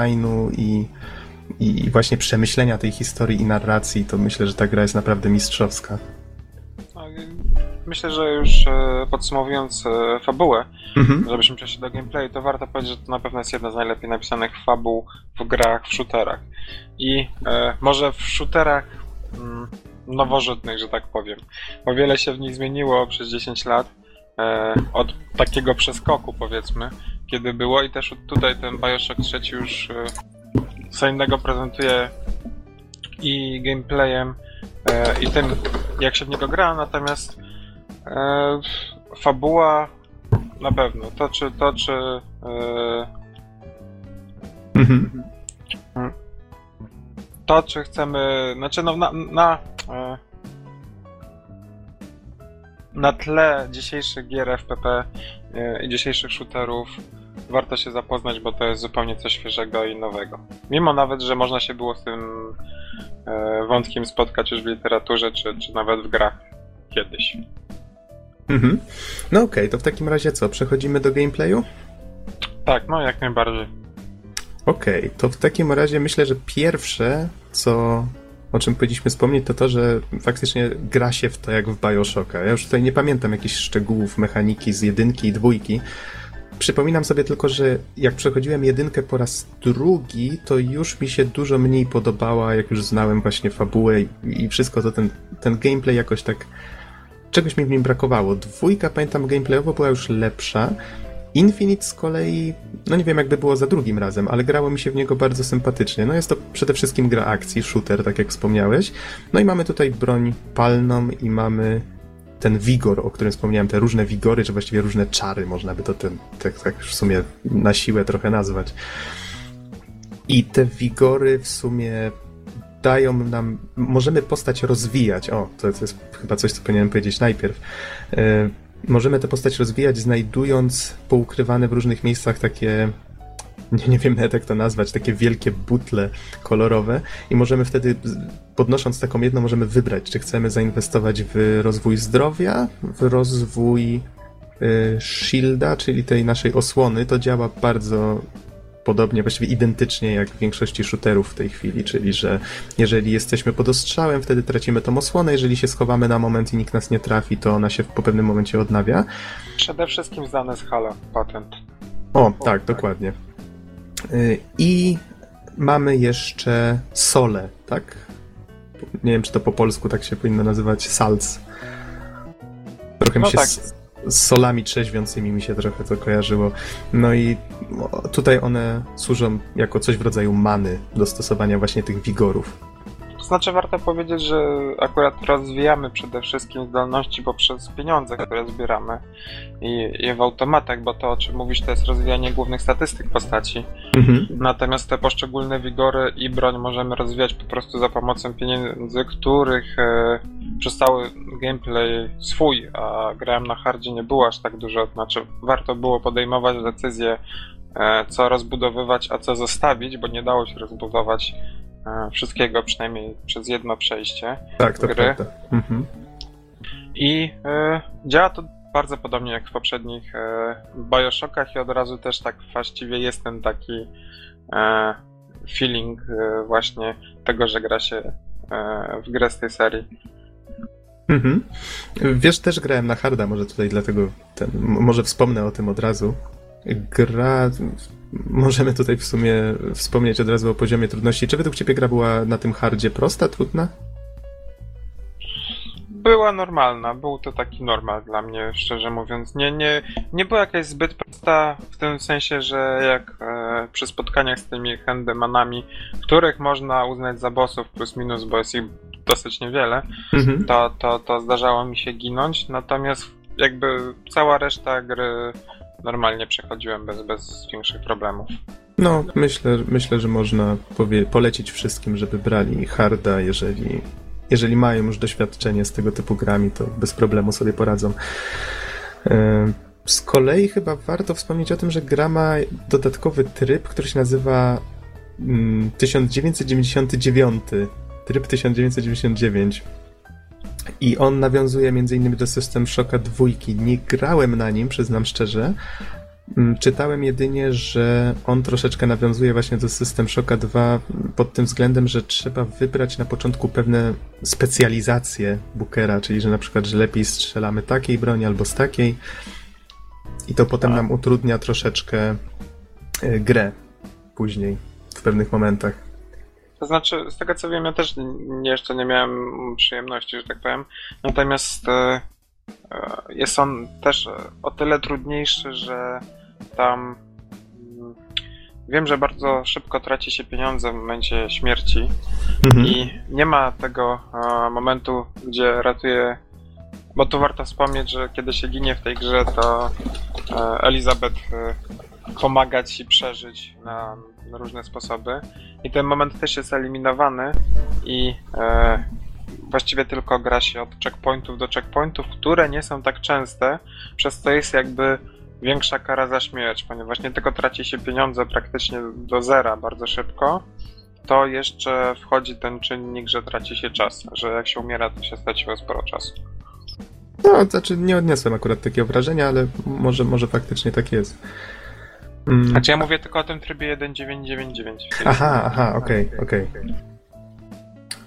i właśnie przemyślenia tej historii i narracji, to myślę, że ta gra jest naprawdę mistrzowska. Myślę, że już podsumowując fabułę, żebyśmy przeszli do gameplayu, to warto powiedzieć, że to na pewno jest jedna z najlepiej napisanych fabuł w grach, w shooterach. I może w shooterach nowożytnych, że tak powiem, bo wiele się w nich zmieniło przez 10 lat, od takiego przeskoku, powiedzmy, kiedy było, i też tutaj ten BioShock 3 już co innego prezentuje i gameplayem, i tym, jak się w niego gra, natomiast fabuła na pewno, to czy chcemy, znaczy no na tle dzisiejszych gier FPP i dzisiejszych shooterów warto się zapoznać, bo to jest zupełnie coś świeżego i nowego. Mimo nawet, że można się było z tym wątkiem spotkać już w literaturze, czy nawet w grach kiedyś. No okej, to w takim razie co? Przechodzimy do gameplayu? Tak, no jak najbardziej. Okej, to w takim razie myślę, że pierwsze, co o czym powinniśmy wspomnieć, to to, że faktycznie gra się w to jak w Bioshocka. Ja już tutaj nie pamiętam jakichś szczegółów mechaniki z 1 i 2. Przypominam sobie tylko, że jak przechodziłem 1 po raz drugi, to już mi się dużo mniej podobała, jak już znałem właśnie fabułę i wszystko to, ten gameplay jakoś tak... Czegoś mi w nim brakowało. 2, pamiętam, gameplayowo była już lepsza. Infinite z kolei, no nie wiem jakby było za drugim razem, ale grało mi się w niego bardzo sympatycznie. No jest to przede wszystkim gra akcji, shooter, tak jak wspomniałeś. No i mamy tutaj broń palną i mamy ten wigor, o którym wspomniałem, te różne wigory, czy właściwie różne czary, można by to tak w sumie na siłę trochę nazwać. I te wigory w sumie dają nam, możemy postać rozwijać. O, to jest chyba coś, co powinienem powiedzieć najpierw. Możemy tę postać rozwijać, znajdując poukrywane w różnych miejscach takie, nie wiem nawet jak to nazwać, takie wielkie butle kolorowe i możemy wtedy, podnosząc taką jedną, możemy wybrać, czy chcemy zainwestować w rozwój zdrowia, w rozwój shielda, czyli tej naszej osłony. To działa bardzo podobnie, właściwie identycznie jak w większości shooterów w tej chwili, czyli że jeżeli jesteśmy pod ostrzałem, wtedy tracimy tą osłonę, jeżeli się schowamy na moment i nikt nas nie trafi, to ona się po pewnym momencie odnawia. Przede wszystkim znane z Halo patent. O, tak, dokładnie. I mamy jeszcze sole, tak? Nie wiem, czy to po polsku tak się powinno nazywać, salts. Trochę mi się tak. Z solami trzeźwiącymi mi się trochę to kojarzyło. No i tutaj one służą jako coś w rodzaju many do stosowania właśnie tych wigorów. To znaczy warto powiedzieć, że akurat rozwijamy przede wszystkim zdolności poprzez pieniądze, które zbieramy i w automatach, bo to, o czym mówisz, to jest rozwijanie głównych statystyk postaci. Natomiast te poszczególne wigory i broń możemy rozwijać po prostu za pomocą pieniędzy, których przez cały gameplay swój, a grałem na hardzie, nie było aż tak dużo. Znaczy warto było podejmować decyzję, co rozbudowywać, a co zostawić, bo nie dało się rozbudować wszystkiego, przynajmniej przez jedno przejście tak, to gry. prawda. I działa to bardzo podobnie jak w poprzednich Bioshockach i od razu też tak właściwie jest ten taki feeling właśnie tego, że gra się w grę z tej serii. Wiesz, też grałem na harda, może tutaj dlatego może wspomnę o tym od razu. Gra... Możemy tutaj w sumie wspomnieć od razu o poziomie trudności. Czy według ciebie gra była na tym hardzie prosta, trudna? Była normalna, był to taki normal dla mnie, szczerze mówiąc. Nie była jakaś zbyt prosta w tym sensie, że jak przy spotkaniach z tymi handymanami, których można uznać za bossów plus minus, bo jest ich dosyć niewiele, to zdarzało mi się ginąć, natomiast jakby cała reszta gry normalnie przechodziłem bez większych problemów. No, myślę, że można polecić wszystkim, żeby brali harda, jeżeli mają już doświadczenie z tego typu grami, to bez problemu sobie poradzą. Z kolei chyba warto wspomnieć o tym, że gra ma dodatkowy tryb, który się nazywa 1999. Tryb 1999. I on nawiązuje m.in. do System Shocka 2. Nie grałem na nim, przyznam szczerze. Czytałem jedynie, że on troszeczkę nawiązuje właśnie do System Shocka 2 pod tym względem, że trzeba wybrać na początku pewne specjalizacje Bookera, czyli że na przykład, że lepiej strzelamy takiej broni albo z takiej i to potem nam utrudnia troszeczkę grę później w pewnych momentach. To znaczy, z tego co wiem, ja też jeszcze nie miałem przyjemności, że tak powiem, natomiast jest on też o tyle trudniejszy, że tam wiem, że bardzo szybko traci się pieniądze w momencie śmierci i nie ma tego momentu, gdzie ratuje, bo tu warto wspomnieć, że kiedy się ginie w tej grze, to Elizabeth pomaga ci przeżyć na różne sposoby i ten moment też jest eliminowany i właściwie tylko gra się od checkpointów do checkpointów, które nie są tak częste, przez co jest jakby większa kara za śmierć, ponieważ nie tylko traci się pieniądze praktycznie do zera bardzo szybko, to jeszcze wchodzi ten czynnik, że traci się czas, że jak się umiera, to się straciło sporo czasu. No, znaczy nie odniosłem akurat takiego wrażenia, ale może faktycznie tak jest. Znaczy ja mówię tylko o tym trybie 1999. Aha, okej.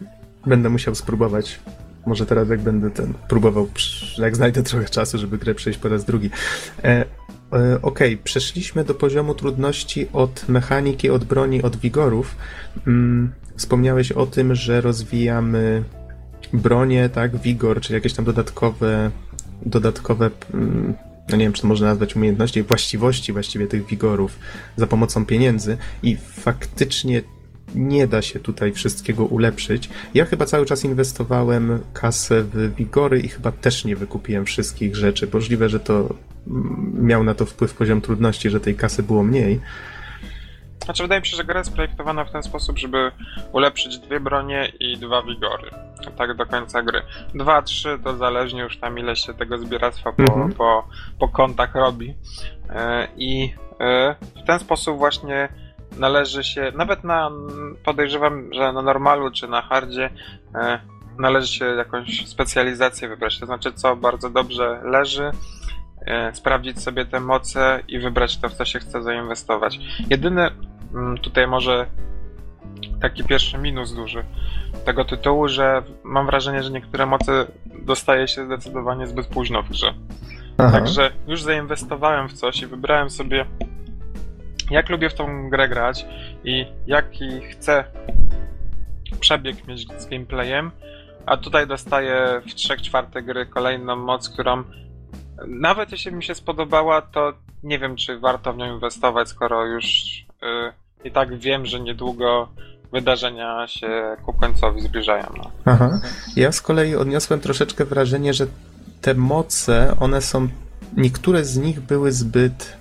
Będę musiał spróbować. Może teraz jak będę próbował, jak znajdę trochę czasu, żeby grę przejść po raz drugi. Okej, przeszliśmy do poziomu trudności od mechaniki, od broni, od wigorów. Wspomniałeś o tym, że rozwijamy bronię, tak, wigor, czy jakieś tam dodatkowe, no nie wiem, czy to można nazwać umiejętności, właściwości właściwie tych wigorów za pomocą pieniędzy i faktycznie nie da się tutaj wszystkiego ulepszyć. Ja chyba cały czas inwestowałem kasę w wigory i chyba też nie wykupiłem wszystkich rzeczy. Możliwe, że to miał na to wpływ poziom trudności, że tej kasy było mniej. Znaczy, wydaje mi się, że gra jest projektowana w ten sposób, żeby ulepszyć 2 bronie i 2 wigory. Tak do końca gry. 2, 3 to zależnie już tam ile się tego zbieractwa po kątach robi. I w ten sposób właśnie należy się, nawet podejrzewam, że na normalu czy na hardzie należy się jakąś specjalizację wybrać. To znaczy, co bardzo dobrze leży, sprawdzić sobie te moce i wybrać to, w co się chce zainwestować. Jedyny tutaj może taki pierwszy minus duży tego tytułu, że mam wrażenie, że niektóre moce dostaje się zdecydowanie zbyt późno w grze. Aha. Także już zainwestowałem w coś i wybrałem sobie, jak lubię w tą grę grać i jaki chcę przebieg mieć z gameplayem, a tutaj dostaję w 3/4 gry kolejną moc, którą nawet jeśli mi się spodobała, to nie wiem, czy warto w nią inwestować, skoro już i tak wiem, że niedługo wydarzenia się ku końcowi zbliżają. No. Aha. Ja z kolei odniosłem troszeczkę wrażenie, że te moce, one są, niektóre z nich były zbyt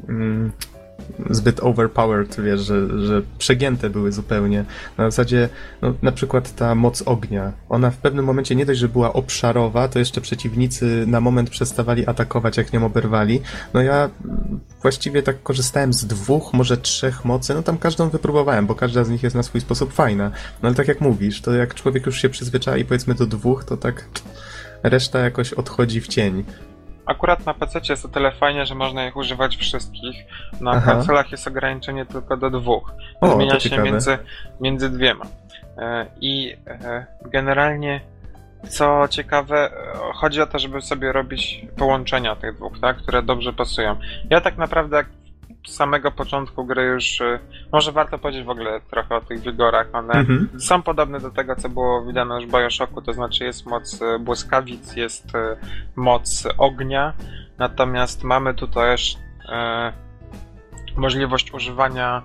overpowered, wiesz, że przegięte były zupełnie. Na zasadzie, no, na przykład ta moc ognia. Ona w pewnym momencie nie dość, że była obszarowa, to jeszcze przeciwnicy na moment przestawali atakować, jak nią oberwali. No ja właściwie tak korzystałem z 2, może 3 mocy, no tam każdą wypróbowałem, bo każda z nich jest na swój sposób fajna. No ale tak jak mówisz, to jak człowiek już się przyzwyczai, powiedzmy do 2, to tak reszta jakoś odchodzi w cień. Akurat na PC jest o tyle fajnie, że można ich używać wszystkich. Na konsolach jest ograniczenie tylko do 2. Zmienia się między 2. I generalnie, co ciekawe, chodzi o to, żeby sobie robić połączenia tych 2, tak, które dobrze pasują. Ja tak naprawdę jak z samego początku gry już, może warto powiedzieć w ogóle trochę o tych wigorach. One są podobne do tego, co było widane już w BioShocku, to znaczy jest moc błyskawic, jest moc ognia, natomiast mamy tutaj też możliwość używania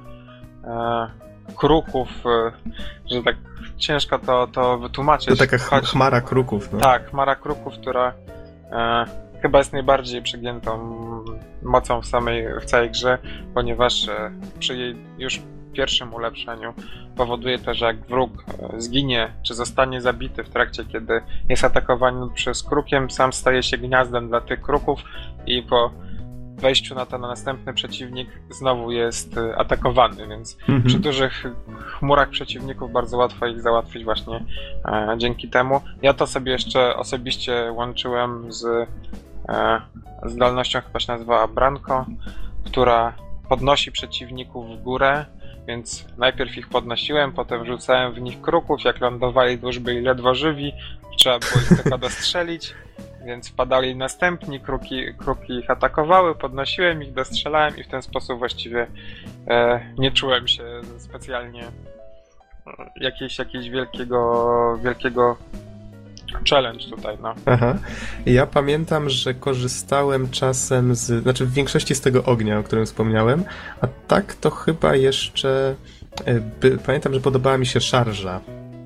kruków, że tak ciężko to wytłumaczyć. To taka chmara kruków. No. Tak, chmara kruków, która chyba jest najbardziej przegiętą mocą w całej grze, ponieważ przy jej już pierwszym ulepszeniu powoduje to, że jak wróg zginie, czy zostanie zabity w trakcie, kiedy jest atakowany przez krukiem, sam staje się gniazdem dla tych kruków i po wejściu na następny przeciwnik znowu jest atakowany, więc przy dużych chmurach przeciwników bardzo łatwo ich załatwić właśnie dzięki temu. Ja to sobie jeszcze osobiście łączyłem z zdolnością, chyba się nazywa Branko, która podnosi przeciwników w górę, więc najpierw ich podnosiłem, potem rzucałem w nich kruków, jak lądowali, to już byli ledwo żywi, trzeba było ich tylko dostrzelić, więc wpadali następni, kruki ich atakowały, podnosiłem ich, dostrzelałem i w ten sposób właściwie nie czułem się specjalnie jakiegoś wielkiego challenge tutaj, no. Aha. Ja pamiętam, że korzystałem czasem znaczy w większości z tego ognia, o którym wspomniałem, a tak to chyba jeszcze pamiętam, że podobała mi się szarża.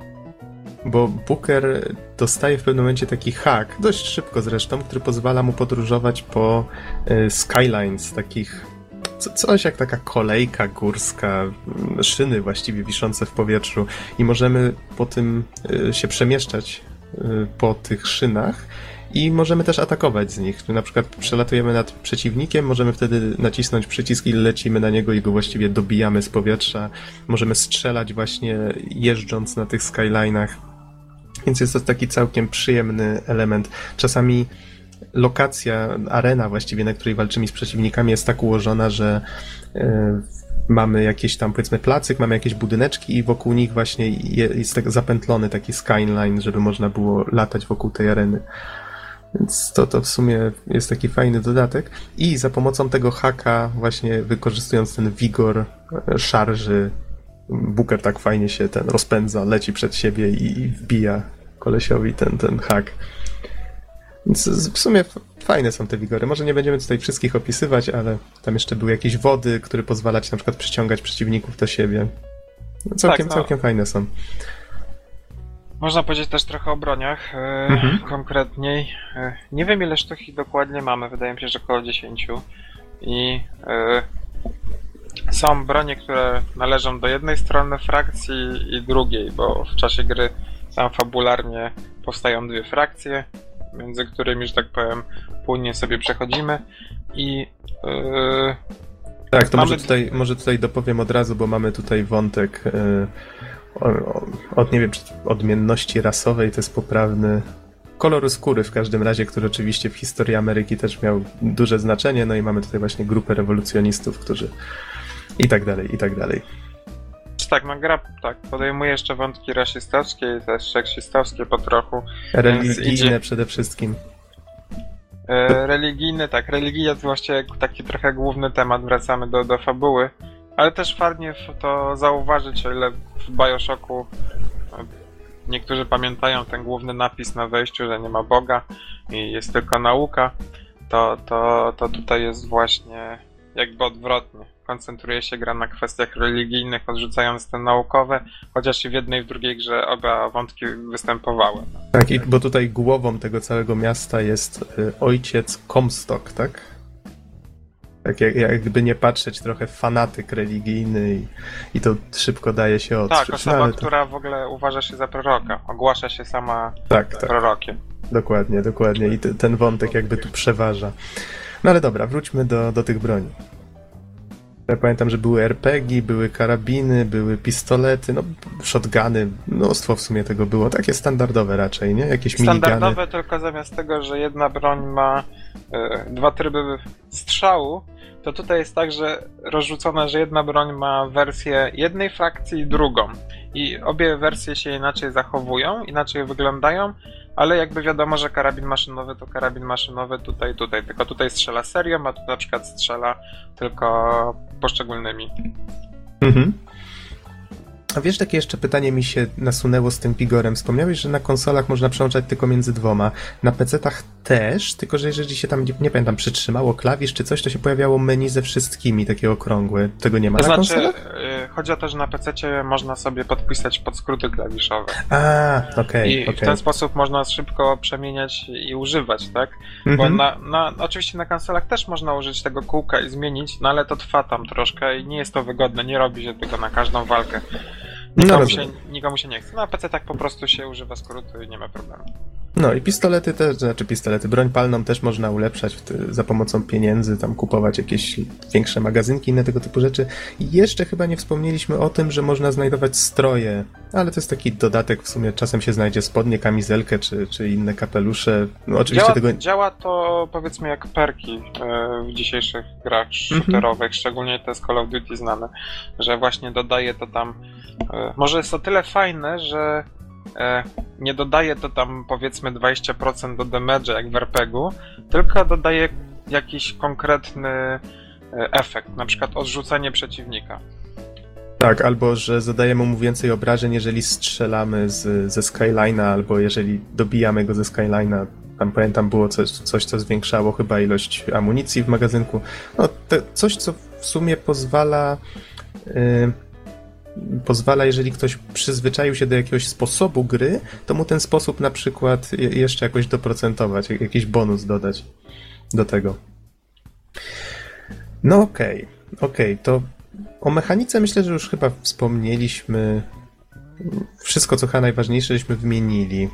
Bo Booker dostaje w pewnym momencie taki hak, dość szybko zresztą, który pozwala mu podróżować po skylines, takich coś jak taka kolejka górska, szyny właściwie wiszące w powietrzu i możemy po tym się przemieszczać po tych szynach i możemy też atakować z nich. Na przykład przelatujemy nad przeciwnikiem, możemy wtedy nacisnąć przycisk i lecimy na niego i go właściwie dobijamy z powietrza. Możemy strzelać właśnie jeżdżąc na tych skylinach. Więc jest to taki całkiem przyjemny element. Czasami lokacja, arena właściwie, na której walczymy z przeciwnikami jest tak ułożona, że mamy jakieś tam, powiedzmy, placyk, mamy jakieś budyneczki i wokół nich właśnie jest tak zapętlony taki skyline, żeby można było latać wokół tej areny. Więc to w sumie jest taki fajny dodatek. I za pomocą tego haka, właśnie wykorzystując ten wigor szarży, Booker tak fajnie się ten rozpędza, leci przed siebie i wbija kolesiowi ten hak. Więc w sumie fajne są te wigory. Może nie będziemy tutaj wszystkich opisywać, ale tam jeszcze były jakieś wody, które pozwala ci na przykład przyciągać przeciwników do siebie. Całkiem fajne są. Można powiedzieć też trochę o broniach, konkretniej. Nie wiem, ile sztuk ich dokładnie mamy, wydaje mi się, że około 10. I są bronie, które należą do jednej strony frakcji i drugiej, bo w czasie gry tam fabularnie powstają dwie frakcje, między którymi, że tak powiem, płynnie sobie przechodzimy i tak, to może tutaj dopowiem od razu, bo mamy tutaj wątek nie wiem, odmienności rasowej, to jest poprawny, koloru skóry w każdym razie, który oczywiście w historii Ameryki też miał duże znaczenie, no i mamy tutaj właśnie grupę rewolucjonistów, którzy i tak dalej, i tak dalej. Tak, no gra podejmuje jeszcze wątki rasistowskie i też seksistowskie po trochu. Religijne przede wszystkim. Religijny, tak, religia to właściwie taki trochę główny temat, wracamy do fabuły, ale też fajnie to zauważyć, o ile w BioShocku niektórzy pamiętają ten główny napis na wejściu, że nie ma Boga i jest tylko nauka, to tutaj jest właśnie jakby odwrotnie. Koncentruje się gra na kwestiach religijnych, odrzucając te naukowe, chociaż i w jednej i w drugiej grze oba wątki występowały. Tak, bo tutaj głową tego całego miasta jest ojciec Comstock, tak? Tak jakby nie patrzeć, trochę fanatyk religijny i to szybko daje się odczuć. Tak, osoba, która w ogóle uważa się za proroka, ogłasza się sama prorokiem. Dokładnie i ten wątek jakby tu przeważa. No ale dobra, wróćmy do tych broni. Ja pamiętam, że były RPG, były karabiny, były pistolety, no shotguny, mnóstwo w sumie tego było, takie standardowe raczej, nie? Jakieś standardowe, minigany. Tylko zamiast tego, że jedna broń ma dwa tryby strzału, to tutaj jest tak, że rozrzucone, że jedna broń ma wersję jednej frakcji i drugą. I obie wersje się inaczej zachowują, inaczej wyglądają, ale jakby wiadomo, że karabin maszynowy to karabin maszynowy tutaj. Tylko tutaj strzela serią, a tu na przykład strzela tylko poszczególnymi. Mhm. A wiesz, takie jeszcze pytanie mi się nasunęło z tym Vigorem. Wspomniałeś, że na konsolach można przełączać tylko między dwoma. Na PC-tach też, tylko że jeżeli się tam, nie pamiętam, przytrzymało klawisz czy coś, to się pojawiało menu ze wszystkimi, takie okrągłe. Tego nie ma na konsolach? Chodzi o to, że na PC-cie można sobie podpisać podskróty klawiszowe. Okej. W ten sposób można szybko przemieniać i używać, tak? Bo oczywiście na konsolach też można użyć tego kółka i zmienić, ale to trwa tam troszkę i nie jest to wygodne, nie robi się tego na każdą walkę. Nikomu się nie chce. Na PC tak po prostu się używa skrótu i nie ma problemu. No i pistolety też, broń palną też można ulepszać za pomocą pieniędzy, tam kupować jakieś większe magazynki, inne tego typu rzeczy. I jeszcze chyba nie wspomnieliśmy o tym, że można znajdować stroje, ale to jest taki dodatek, w sumie czasem się znajdzie spodnie, kamizelkę czy inne kapelusze. No, oczywiście działa to powiedzmy jak perki w dzisiejszych grach shooterowych, szczególnie te z Call of Duty znane, że właśnie dodaje to tam. Może jest to tyle fajne, że nie dodaje to tam powiedzmy 20% do damage'a jak w RPG-u, tylko dodaje jakiś konkretny efekt, na przykład odrzucenie przeciwnika. Tak, albo że zadajemy mu więcej obrażeń, jeżeli strzelamy ze Skyline'a, albo jeżeli dobijamy go ze Skyline'a. Tam pamiętam było coś, co zwiększało chyba ilość amunicji w magazynku. No, coś, co w sumie pozwala, jeżeli ktoś przyzwyczaił się do jakiegoś sposobu gry, to mu ten sposób na przykład jeszcze jakoś doprocentować, jakiś bonus dodać do tego. No okej, to o mechanice myślę, że już chyba wspomnieliśmy. Wszystko, co chyba najważniejsze, żeśmy wymienili.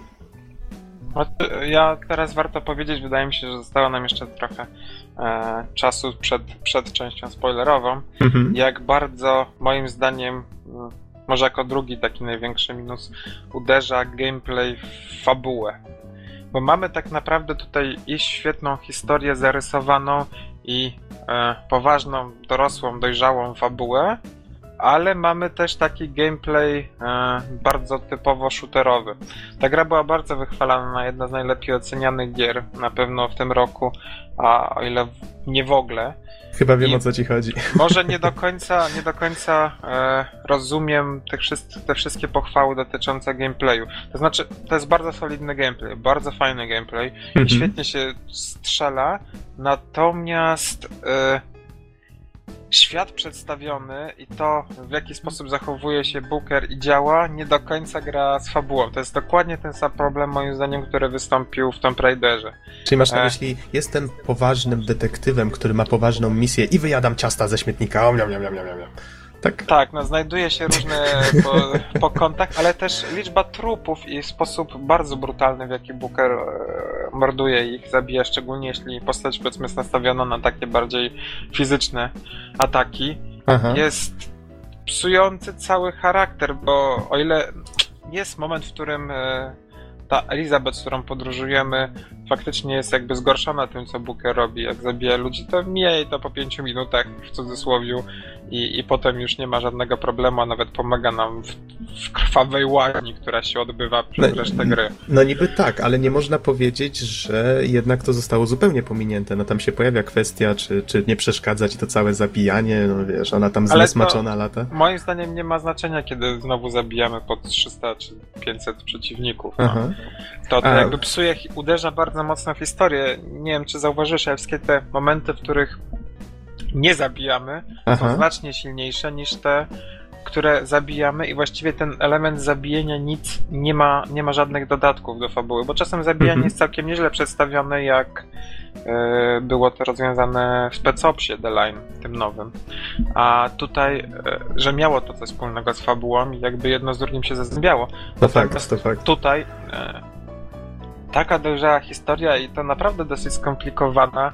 Ja teraz warto powiedzieć, wydaje mi się, że zostało nam jeszcze trochę czasu przed częścią spoilerową, jak bardzo moim zdaniem, może jako drugi taki największy minus, uderza gameplay w fabułę. Bo mamy tak naprawdę tutaj i świetną historię zarysowaną i poważną, dorosłą, dojrzałą fabułę, ale mamy też taki gameplay bardzo typowo shooterowy. Ta gra była bardzo wychwalana, jedna z najlepiej ocenianych gier na pewno w tym roku, a o ile nie w ogóle. Chyba wiem, o co ci chodzi. Może nie do końca rozumiem te wszystkie pochwały dotyczące gameplayu. To znaczy, to jest bardzo solidny gameplay, bardzo fajny gameplay i świetnie się strzela, natomiast świat przedstawiony i to, w jaki sposób zachowuje się Booker i działa, nie do końca gra z fabułą. To jest dokładnie ten sam problem, moim zdaniem, który wystąpił w Tomb Raiderze. Czyli masz na myśli, jestem poważnym detektywem, który ma poważną misję i wyjadam ciasta ze śmietnika. Tak? Tak, no znajduje się różne po kątach, ale też liczba trupów i sposób bardzo brutalny, w jaki Booker morduje ich, zabija, szczególnie jeśli postać, powiedzmy, jest nastawiona na takie bardziej fizyczne ataki, jest psujący cały charakter, bo o ile jest moment, w którym ta Elizabeth, z którą podróżujemy, faktycznie jest jakby zgorszona tym, co Booker robi. Jak zabija ludzi, to mija jej to po 5 minutach, w cudzysłowiu, i potem już nie ma żadnego problemu, a nawet pomaga nam w krwawej łaźni, która się odbywa przez resztę gry. No niby tak, ale nie można powiedzieć, że jednak to zostało zupełnie pominięte. No tam się pojawia kwestia, czy nie przeszkadza ci to całe zabijanie, no wiesz, ona tam zniesmaczona lata. Moim zdaniem nie ma znaczenia, kiedy znowu zabijamy po 300 czy 500 przeciwników. No. To jakby psuje, uderza bardzo mocno w historię. Nie wiem, czy zauważyłeś, ale wszystkie te momenty, w których nie zabijamy, są znacznie silniejsze niż te, które zabijamy, i właściwie ten element zabijania nic nie ma żadnych dodatków do fabuły, bo czasem zabijanie jest całkiem nieźle przedstawione, jak było to rozwiązane w Spec Opsie The Line, tym nowym. A tutaj, że miało to coś wspólnego z fabułą i jakby jedno z drugim się zazębiało. To fakt. Tutaj taka dojrzała historia i to naprawdę dosyć skomplikowana,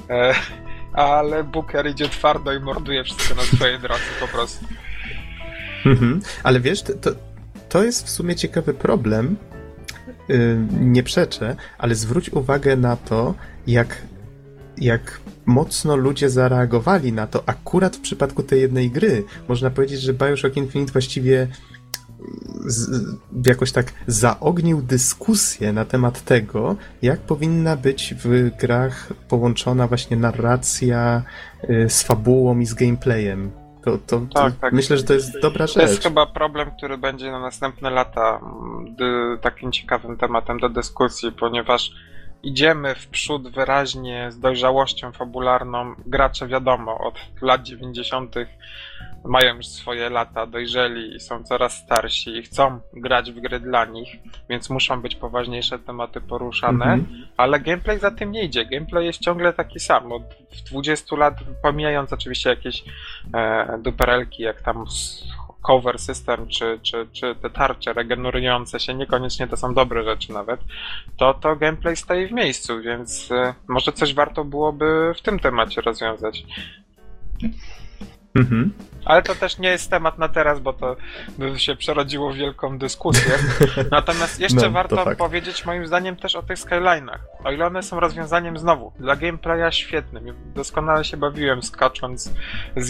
ale Booker idzie twardo i morduje wszystko na swojej drodze po prostu. Ale wiesz, to jest w sumie ciekawy problem, nie przeczę, ale zwróć uwagę na to, jak mocno ludzie zareagowali na to akurat w przypadku tej jednej gry. Można powiedzieć, że BioShock Infinite właściwie jakoś tak zaognił dyskusję na temat tego, jak powinna być w grach połączona właśnie narracja z fabułą i z gameplayem. Tak. Myślę, że to jest dobra rzecz. To jest chyba problem, który będzie na następne lata takim ciekawym tematem do dyskusji, ponieważ idziemy w przód wyraźnie z dojrzałością fabularną. Gracze, wiadomo, od lat 90. mają już swoje lata, dojrzeli i są coraz starsi i chcą grać w gry dla nich, więc muszą być poważniejsze tematy poruszane, ale gameplay za tym nie idzie. Gameplay jest ciągle taki sam. Od 20 lat, pomijając oczywiście jakieś duperelki, jak tam cover system, czy te tarcze regenerujące się, niekoniecznie to są dobre rzeczy nawet, to gameplay stoi w miejscu, więc może coś warto byłoby w tym temacie rozwiązać. Ale to też nie jest temat na teraz, bo to by się przerodziło w wielką dyskusję. Natomiast jeszcze warto powiedzieć moim zdaniem też o tych Skyline'ach. O ile one są rozwiązaniem znowu dla gameplaya świetnym. Doskonale się bawiłem skacząc z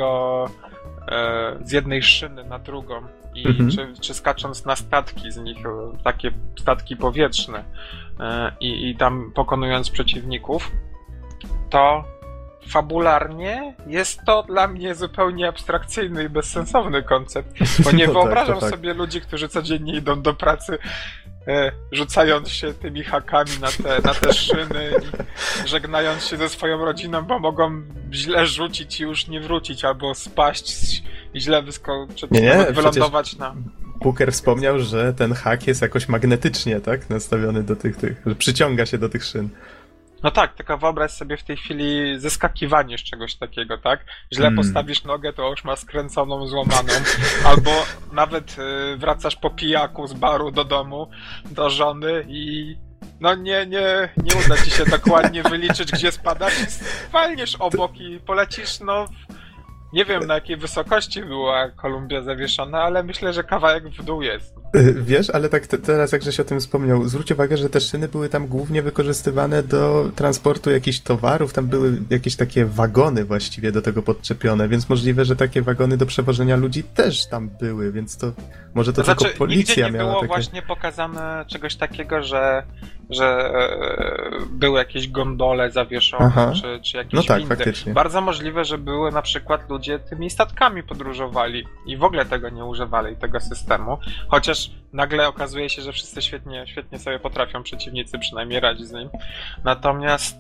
jednej szyny na drugą czy skacząc na statki z nich, takie statki powietrzne i tam pokonując przeciwników, to fabularnie jest to dla mnie zupełnie abstrakcyjny i bezsensowny koncept, bo nie wyobrażam sobie ludzi, którzy codziennie idą do pracy, rzucając się tymi hakami na te szyny i żegnając się ze swoją rodziną, bo mogą źle rzucić i już nie wrócić, albo spaść i źle wyskoczyć, wylądować na... Booker wspomniał, że ten hak jest jakoś magnetycznie, tak? Nastawiony do tych, że przyciąga się do tych szyn. No tak, tylko wyobraź sobie w tej chwili zeskakiwanie z czegoś takiego, tak? Źle postawisz nogę, to już masz skręconą, złamaną. Albo nawet wracasz po pijaku z baru do domu, do żony i no nie uda ci się dokładnie wyliczyć, gdzie spadasz i walniesz obok i polecisz, nie wiem na jakiej wysokości była Kolumbia zawieszona, ale myślę, że kawałek w dół jest. Wiesz, ale tak teraz jak żeś o tym wspomniał, zwróć uwagę, że te szyny były tam głównie wykorzystywane do transportu jakichś towarów, tam były jakieś takie wagony właściwie do tego podczepione, więc możliwe, że takie wagony do przewożenia ludzi też tam były, więc to może to tylko policja nigdzie nie miała było takie... właśnie pokazane czegoś takiego, że były jakieś gondole zawieszone, czy jakieś no tak, windy. faktycznie. Bardzo możliwe, że były na przykład ludzie tymi statkami podróżowali i w ogóle tego nie używali, tego systemu, chociaż nagle okazuje się, że wszyscy świetnie sobie potrafią, przeciwnicy przynajmniej radzić z nim. Natomiast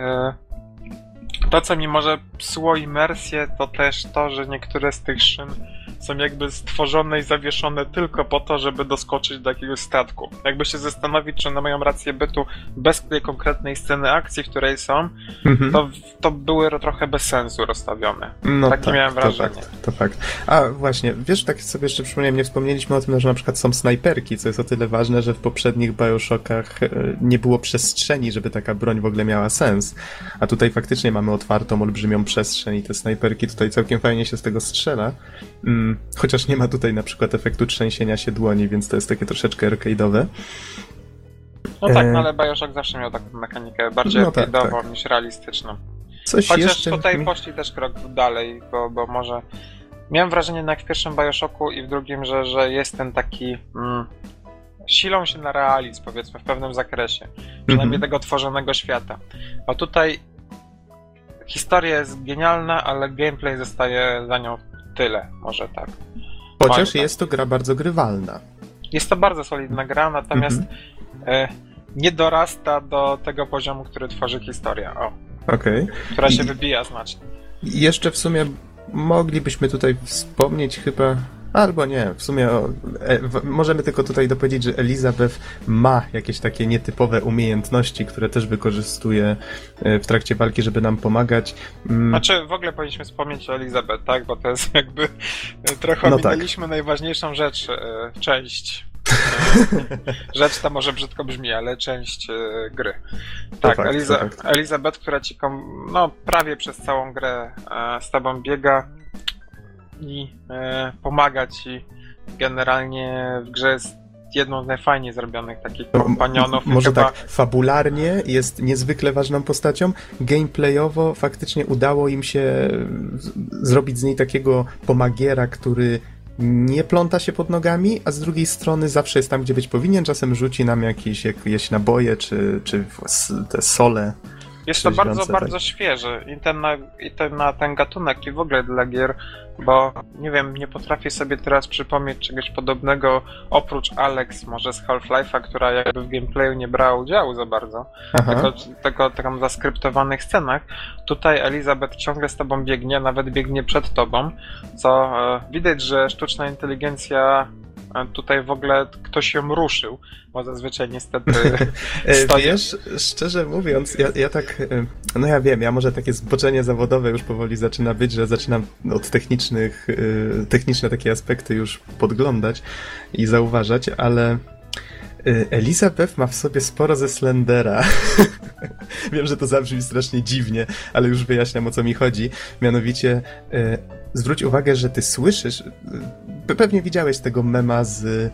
to, co mi może psuło imersję, to też to, że niektóre z tych szyn są jakby stworzone i zawieszone tylko po to, żeby doskoczyć do jakiegoś statku. Jakby się zastanowić, czy one mają rację bytu bez tej konkretnej sceny akcji, w której są, to były trochę bez sensu rozstawione. No Takie miałem wrażenie. To fakt. A właśnie, wiesz, tak sobie jeszcze przypomniałem, nie wspomnieliśmy o tym, że na przykład są snajperki, co jest o tyle ważne, że w poprzednich Bioshockach nie było przestrzeni, żeby taka broń w ogóle miała sens. A tutaj faktycznie mamy otwartą, olbrzymią przestrzeń i te snajperki tutaj całkiem fajnie się z tego strzela. Chociaż nie ma tutaj na przykład efektu trzęsienia się dłoni, więc to jest takie troszeczkę arcade'owe. No tak, no ale Bioshock zawsze miał taką mechanikę bardziej arcade'ową niż realistyczną. Coś chociaż jeszcze tutaj poszli też krok dalej, bo może... Miałem wrażenie jak w pierwszym Bioshocku i w drugim, że jest ten taki... silą się na realizm, powiedzmy, w pewnym zakresie. Przynajmniej tego tworzonego świata. A tutaj historia jest genialna, ale gameplay zostaje za nią tyle, może tak. Chociaż jest to gra bardzo grywalna. Jest to bardzo solidna gra, natomiast nie dorasta do tego poziomu, który tworzy historia. Która się wybija znacznie. Jeszcze w sumie moglibyśmy tutaj wspomnieć chyba... Albo nie, w sumie możemy tylko tutaj dopowiedzieć, że Elizabeth ma jakieś takie nietypowe umiejętności, które też wykorzystuje w trakcie walki, żeby nam pomagać. Znaczy w ogóle powinniśmy wspomnieć o Elizabeth, tak? Bo to jest jakby trochę ominęliśmy najważniejszą rzecz, część. Rzecz ta może brzydko brzmi, ale część gry. Tak, Elizabeth, która ci prawie przez całą grę z tobą biega i pomaga ci. Generalnie w grze jest jedną z najfajniej zrobionych takich kompanionów. Może chyba... tak, fabularnie jest niezwykle ważną postacią. Gameplayowo faktycznie udało im się zrobić z niej takiego pomagiera, który nie pląta się pod nogami, a z drugiej strony zawsze jest tam, gdzie być powinien. Czasem rzuci nam jakieś naboje, czy te sole. Jest to bardzo świeże i ten gatunek i w ogóle dla gier, bo nie wiem, nie potrafię sobie teraz przypomnieć czegoś podobnego oprócz Alex, może z Half-Life'a, która jakby w gameplayu nie brała udziału za bardzo, tylko tam zaskryptowanych scenach. Tutaj Elizabeth ciągle z tobą biegnie, nawet biegnie przed tobą, co widać, że sztuczna inteligencja tutaj w ogóle ktoś ją ruszył, bo zazwyczaj niestety stoi. Wiesz, szczerze mówiąc, ja tak, ja wiem, ja może takie zboczenie zawodowe już powoli zaczyna być, że zaczynam od techniczne takie aspekty już podglądać i zauważać, ale Elizabeth ma w sobie sporo ze Slendera. Wiem, że to zabrzmi strasznie dziwnie, ale już wyjaśniam, o co mi chodzi. Mianowicie zwróć uwagę, że ty słyszysz, pewnie widziałeś tego mema z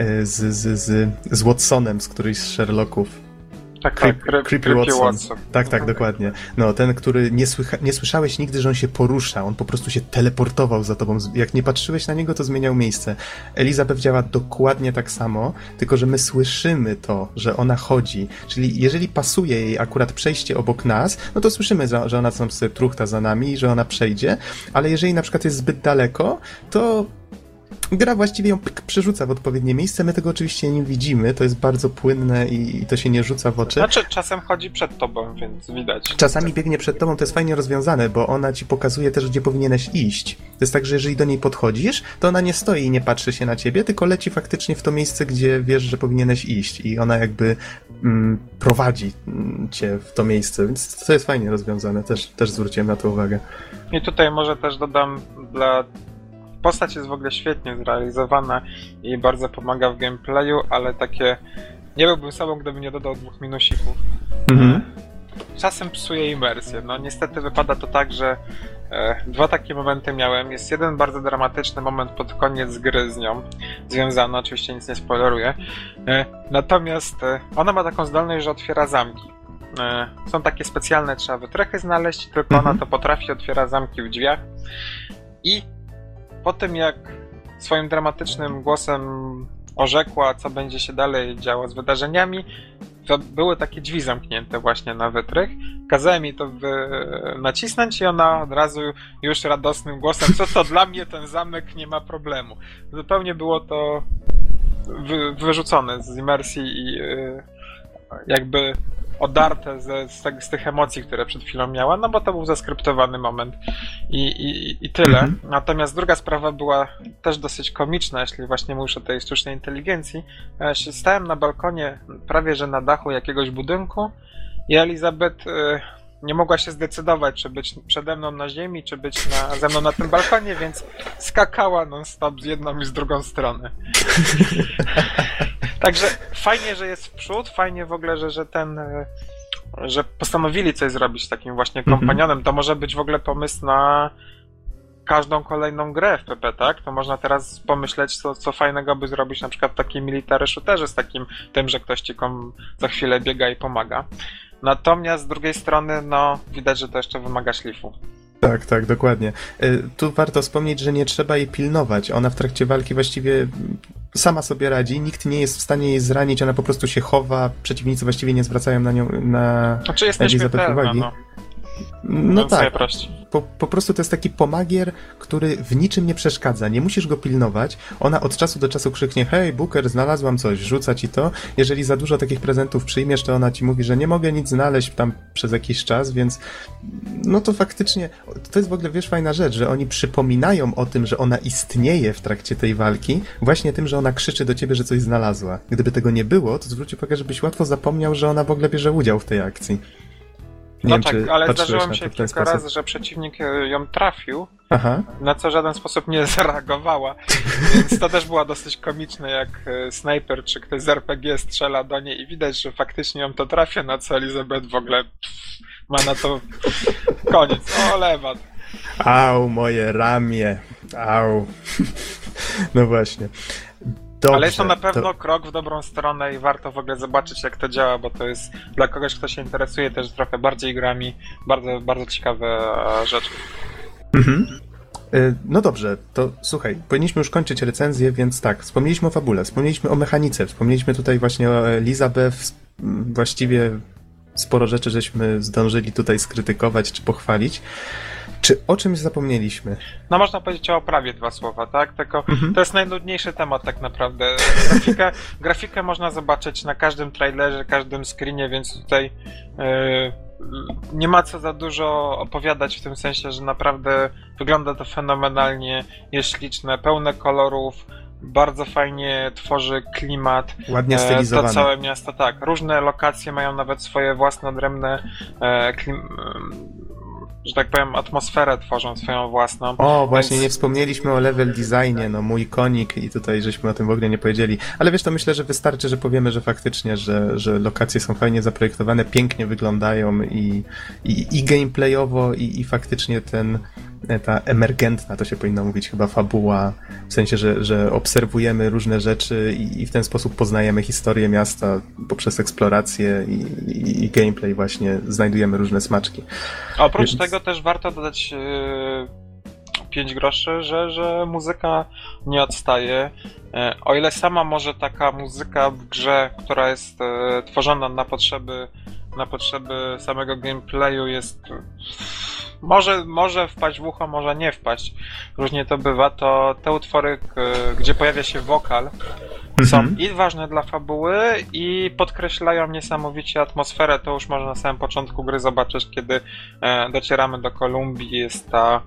Watsonem, z którejś z Sherlocków. Tak, Creepy Watson. Tak, dokładnie. No, ten, który nie słyszałeś nigdy, że on się porusza, on po prostu się teleportował za tobą. Jak nie patrzyłeś na niego, to zmieniał miejsce. Elizabeth działa dokładnie tak samo, tylko że my słyszymy to, że ona chodzi. Czyli jeżeli pasuje jej akurat przejście obok nas, no to słyszymy, że ona tam sobie truchta za nami i że ona przejdzie, ale jeżeli na przykład jest zbyt daleko, to gra właściwie ją przerzuca w odpowiednie miejsce, my tego oczywiście nie widzimy, to jest bardzo płynne i to się nie rzuca w oczy. Znaczy czasem chodzi przed tobą, więc widać. Czasami biegnie przed tobą, to jest fajnie rozwiązane, bo ona ci pokazuje też, gdzie powinieneś iść. To jest tak, że jeżeli do niej podchodzisz, to ona nie stoi i nie patrzy się na ciebie, tylko leci faktycznie w to miejsce, gdzie wiesz, że powinieneś iść i ona jakby prowadzi cię w to miejsce, więc to jest fajnie rozwiązane, też zwróciłem na to uwagę. I tutaj może też dodam postać jest w ogóle świetnie zrealizowana i bardzo pomaga w gameplayu, ale takie... Nie byłbym sobą, gdybym nie dodał 2 minusików. Czasem psuje imersję. No niestety wypada to tak, że 2 takie momenty miałem. Jest jeden bardzo dramatyczny moment pod koniec gry z nią. związane, oczywiście nic nie spoileruję. Natomiast ona ma taką zdolność, że otwiera zamki. Są takie specjalne, trzeba wytrychy znaleźć, tylko ona to potrafi, otwiera zamki w drzwiach. I po tym, jak swoim dramatycznym głosem orzekła, co będzie się dalej działo z wydarzeniami, to były takie drzwi zamknięte właśnie na wytrych. Kazałem jej to nacisnąć i ona od razu już radosnym głosem, co to dla mnie ten zamek, nie ma problemu. Zupełnie było to wyrzucone z imersji i jakby odarte z tych emocji, które przed chwilą miała, no bo to był zaskryptowany moment i tyle. Natomiast druga sprawa była też dosyć komiczna, jeśli właśnie mówisz o tej sztucznej inteligencji. Ja się stałem na balkonie, prawie że na dachu jakiegoś budynku i Elizabeth nie mogła się zdecydować, czy być przede mną na ziemi, czy być ze mną na tym balkonie, więc skakała non-stop z jedną i z drugą stronę. Także fajnie, że jest w przód, fajnie w ogóle, że postanowili coś zrobić z takim właśnie kompanionem. To może być w ogóle pomysł na każdą kolejną grę w PP, tak? To można teraz pomyśleć, co fajnego by zrobić na przykład w takiej military shooterze z takim tym, że ktoś ci za chwilę biega i pomaga. Natomiast z drugiej strony, no, widać, że to jeszcze wymaga szlifu. Tak, dokładnie. Tu warto wspomnieć, że nie trzeba jej pilnować. Ona w trakcie walki właściwie sama sobie radzi, nikt nie jest w stanie jej zranić, ona po prostu się chowa, przeciwnicy właściwie nie zwracają na nią Znaczy jest nieśmiertelna, uwagi. No tak, po prostu to jest taki pomagier, który w niczym nie przeszkadza, nie musisz go pilnować, ona od czasu do czasu krzyknie: hej Booker, znalazłam coś, rzuca ci to, jeżeli za dużo takich prezentów przyjmiesz, to ona ci mówi, że nie mogę nic znaleźć tam przez jakiś czas, więc no to faktycznie, to jest w ogóle, wiesz, fajna rzecz, że oni przypominają o tym, że ona istnieje w trakcie tej walki, właśnie tym, że ona krzyczy do ciebie, że coś znalazła. Gdyby tego nie było, to zwróć uwagę, żebyś łatwo zapomniał, że ona w ogóle bierze udział w tej akcji. Nie wiem, tak, ale zdarzyło mi się kilka razy, że przeciwnik ją trafił, na co w żaden sposób nie zareagowała, więc to też było dosyć komiczne, jak snajper czy ktoś z RPG strzela do niej i widać, że faktycznie ją to trafia, na co Elizabeth w ogóle ma na to koniec. O, lewat. Au, moje ramię. Au. No właśnie. Dobrze, ale jest to na pewno krok w dobrą stronę i warto w ogóle zobaczyć, jak to działa, bo to jest dla kogoś, kto się interesuje też trochę bardziej grami, bardzo, bardzo ciekawa rzecz. No dobrze, to słuchaj, powinniśmy już kończyć recenzję, więc tak, wspomnieliśmy o fabule, wspomnieliśmy o mechanice, wspomnieliśmy tutaj właśnie o Elizabeth, właściwie sporo rzeczy żeśmy zdążyli tutaj skrytykować czy pochwalić. Czy o czymś zapomnieliśmy? No można powiedzieć o oprawie dwa słowa, tak? Tylko to jest najnudniejszy temat tak naprawdę. Grafikę można zobaczyć na każdym trailerze, każdym screenie, więc tutaj nie ma co za dużo opowiadać w tym sensie, że naprawdę wygląda to fenomenalnie, jest śliczne, pełne kolorów, bardzo fajnie tworzy klimat. Ładnie stylizowane. To całe miasto, tak. Różne lokacje mają nawet swoje własne odrębne że tak powiem, atmosferę tworzą swoją własną. O, właśnie, nie wspomnieliśmy o level designie, no mój konik i tutaj żeśmy o tym w ogóle nie powiedzieli. Ale wiesz, to myślę, że wystarczy, że powiemy, że faktycznie, że lokacje są fajnie zaprojektowane, pięknie wyglądają i gameplayowo i faktycznie ta emergentna, to się powinno mówić chyba, fabuła, w sensie, że obserwujemy różne rzeczy i w ten sposób poznajemy historię miasta poprzez eksplorację i gameplay właśnie, znajdujemy różne smaczki. A oprócz tego też warto dodać 5 groszy, że muzyka nie odstaje. O ile sama może taka muzyka w grze, która jest tworzona na potrzeby samego gameplayu jest... Może wpaść w ucho, może nie wpaść. Różnie to bywa. To te utwory, gdzie pojawia się wokal, są i ważne dla fabuły i podkreślają niesamowicie atmosferę. To już można na samym początku gry zobaczyć, kiedy docieramy do Kolumbii. Jest ta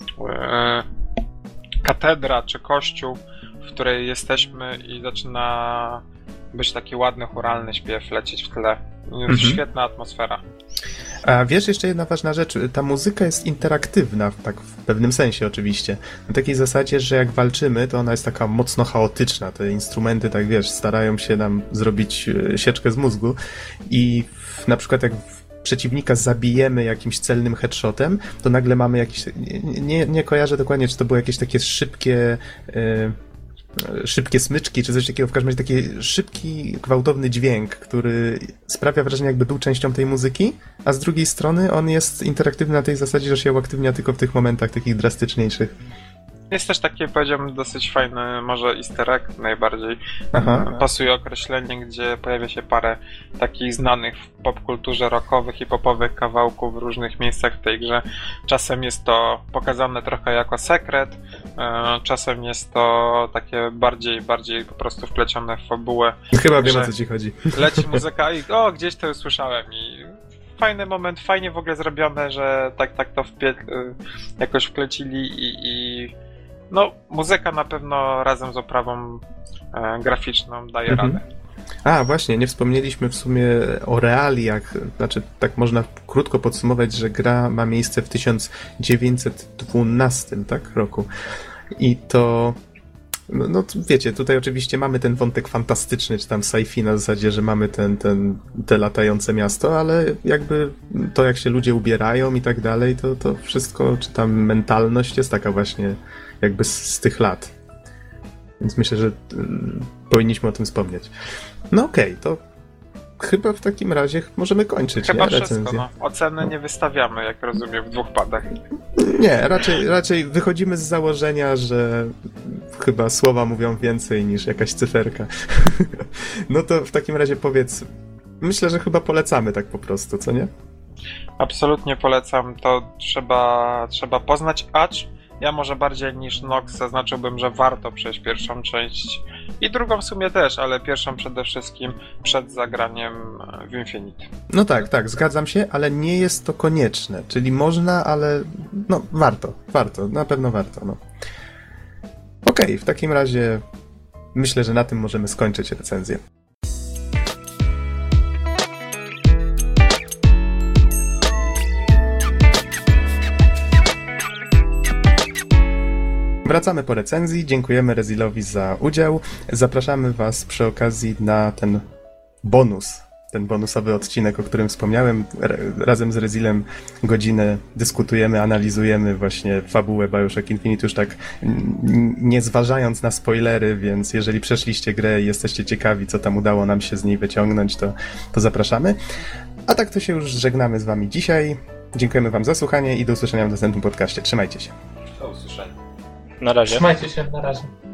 katedra czy kościół, w której jesteśmy i zaczyna być taki ładny, chóralny śpiew lecieć w tle. Jest świetna atmosfera. A wiesz, jeszcze jedna ważna rzecz, ta muzyka jest interaktywna, tak w pewnym sensie oczywiście. Na takiej zasadzie, że jak walczymy, to ona jest taka mocno chaotyczna. Te instrumenty, tak wiesz, starają się nam zrobić sieczkę z mózgu i na przykład jak przeciwnika zabijemy jakimś celnym headshotem, to nagle mamy jakieś... Nie kojarzę dokładnie, czy to było jakieś takie szybkie... szybkie smyczki, czy coś takiego, w każdym razie taki szybki, gwałtowny dźwięk, który sprawia wrażenie, jakby był częścią tej muzyki, a z drugiej strony on jest interaktywny na tej zasadzie, że się uaktywnia tylko w tych momentach takich drastyczniejszych. Jest też taki, powiedziałbym, dosyć fajny, może easter egg najbardziej. Pasuje określenie, gdzie pojawia się parę takich znanych w popkulturze rockowych i popowych kawałków w różnych miejscach w tej grze. Czasem jest to pokazane trochę jako sekret, czasem jest to takie bardziej po prostu wplecione w fabułę. Chyba wiem, o co ci chodzi. Leci muzyka i gdzieś to już słyszałem i fajny moment, fajnie w ogóle zrobione, że tak to jakoś wklecili i no, muzyka na pewno razem z oprawą graficzną daje radę. A, właśnie, nie wspomnieliśmy w sumie o realiach, znaczy tak można krótko podsumować, że gra ma miejsce w 1912, tak, roku. I to, no wiecie, tutaj oczywiście mamy ten wątek fantastyczny, czy tam sci-fi na zasadzie, że mamy te latające miasto, ale jakby to, jak się ludzie ubierają i tak dalej, to wszystko, czy tam mentalność jest taka właśnie jakby z tych lat. Więc myślę, że powinniśmy o tym wspomnieć. No okej, to chyba w takim razie możemy kończyć, chyba nie? Wszystko, Recenzję. no. Oceny nie wystawiamy, jak rozumiem, w 2 padach. Nie, raczej wychodzimy z założenia, że chyba słowa mówią więcej niż jakaś cyferka. No to w takim razie powiedz, myślę, że chyba polecamy tak po prostu, co nie? Absolutnie polecam, to trzeba poznać, acz ja może bardziej niż Nox zaznaczyłbym, że warto przejść pierwszą część i drugą w sumie też, ale pierwszą przede wszystkim przed zagraniem w Infinite. No tak, zgadzam się, ale nie jest to konieczne, czyli można, ale no warto, na pewno warto, no. Okej, w takim razie myślę, że na tym możemy skończyć recenzję. Wracamy po recenzji, dziękujemy Rezilowi za udział. Zapraszamy was przy okazji na ten bonusowy odcinek, o którym wspomniałem. Razem z Rezilem godzinę dyskutujemy, analizujemy właśnie fabułę BioShock Infinite, już tak nie zważając na spoilery, więc jeżeli przeszliście grę i jesteście ciekawi, co tam udało nam się z niej wyciągnąć, to zapraszamy. A tak to się już żegnamy z wami dzisiaj. Dziękujemy wam za słuchanie i do usłyszenia w następnym podcaście. Trzymajcie się. Do usłyszenia. Na razie. Trzymajcie się, na razie.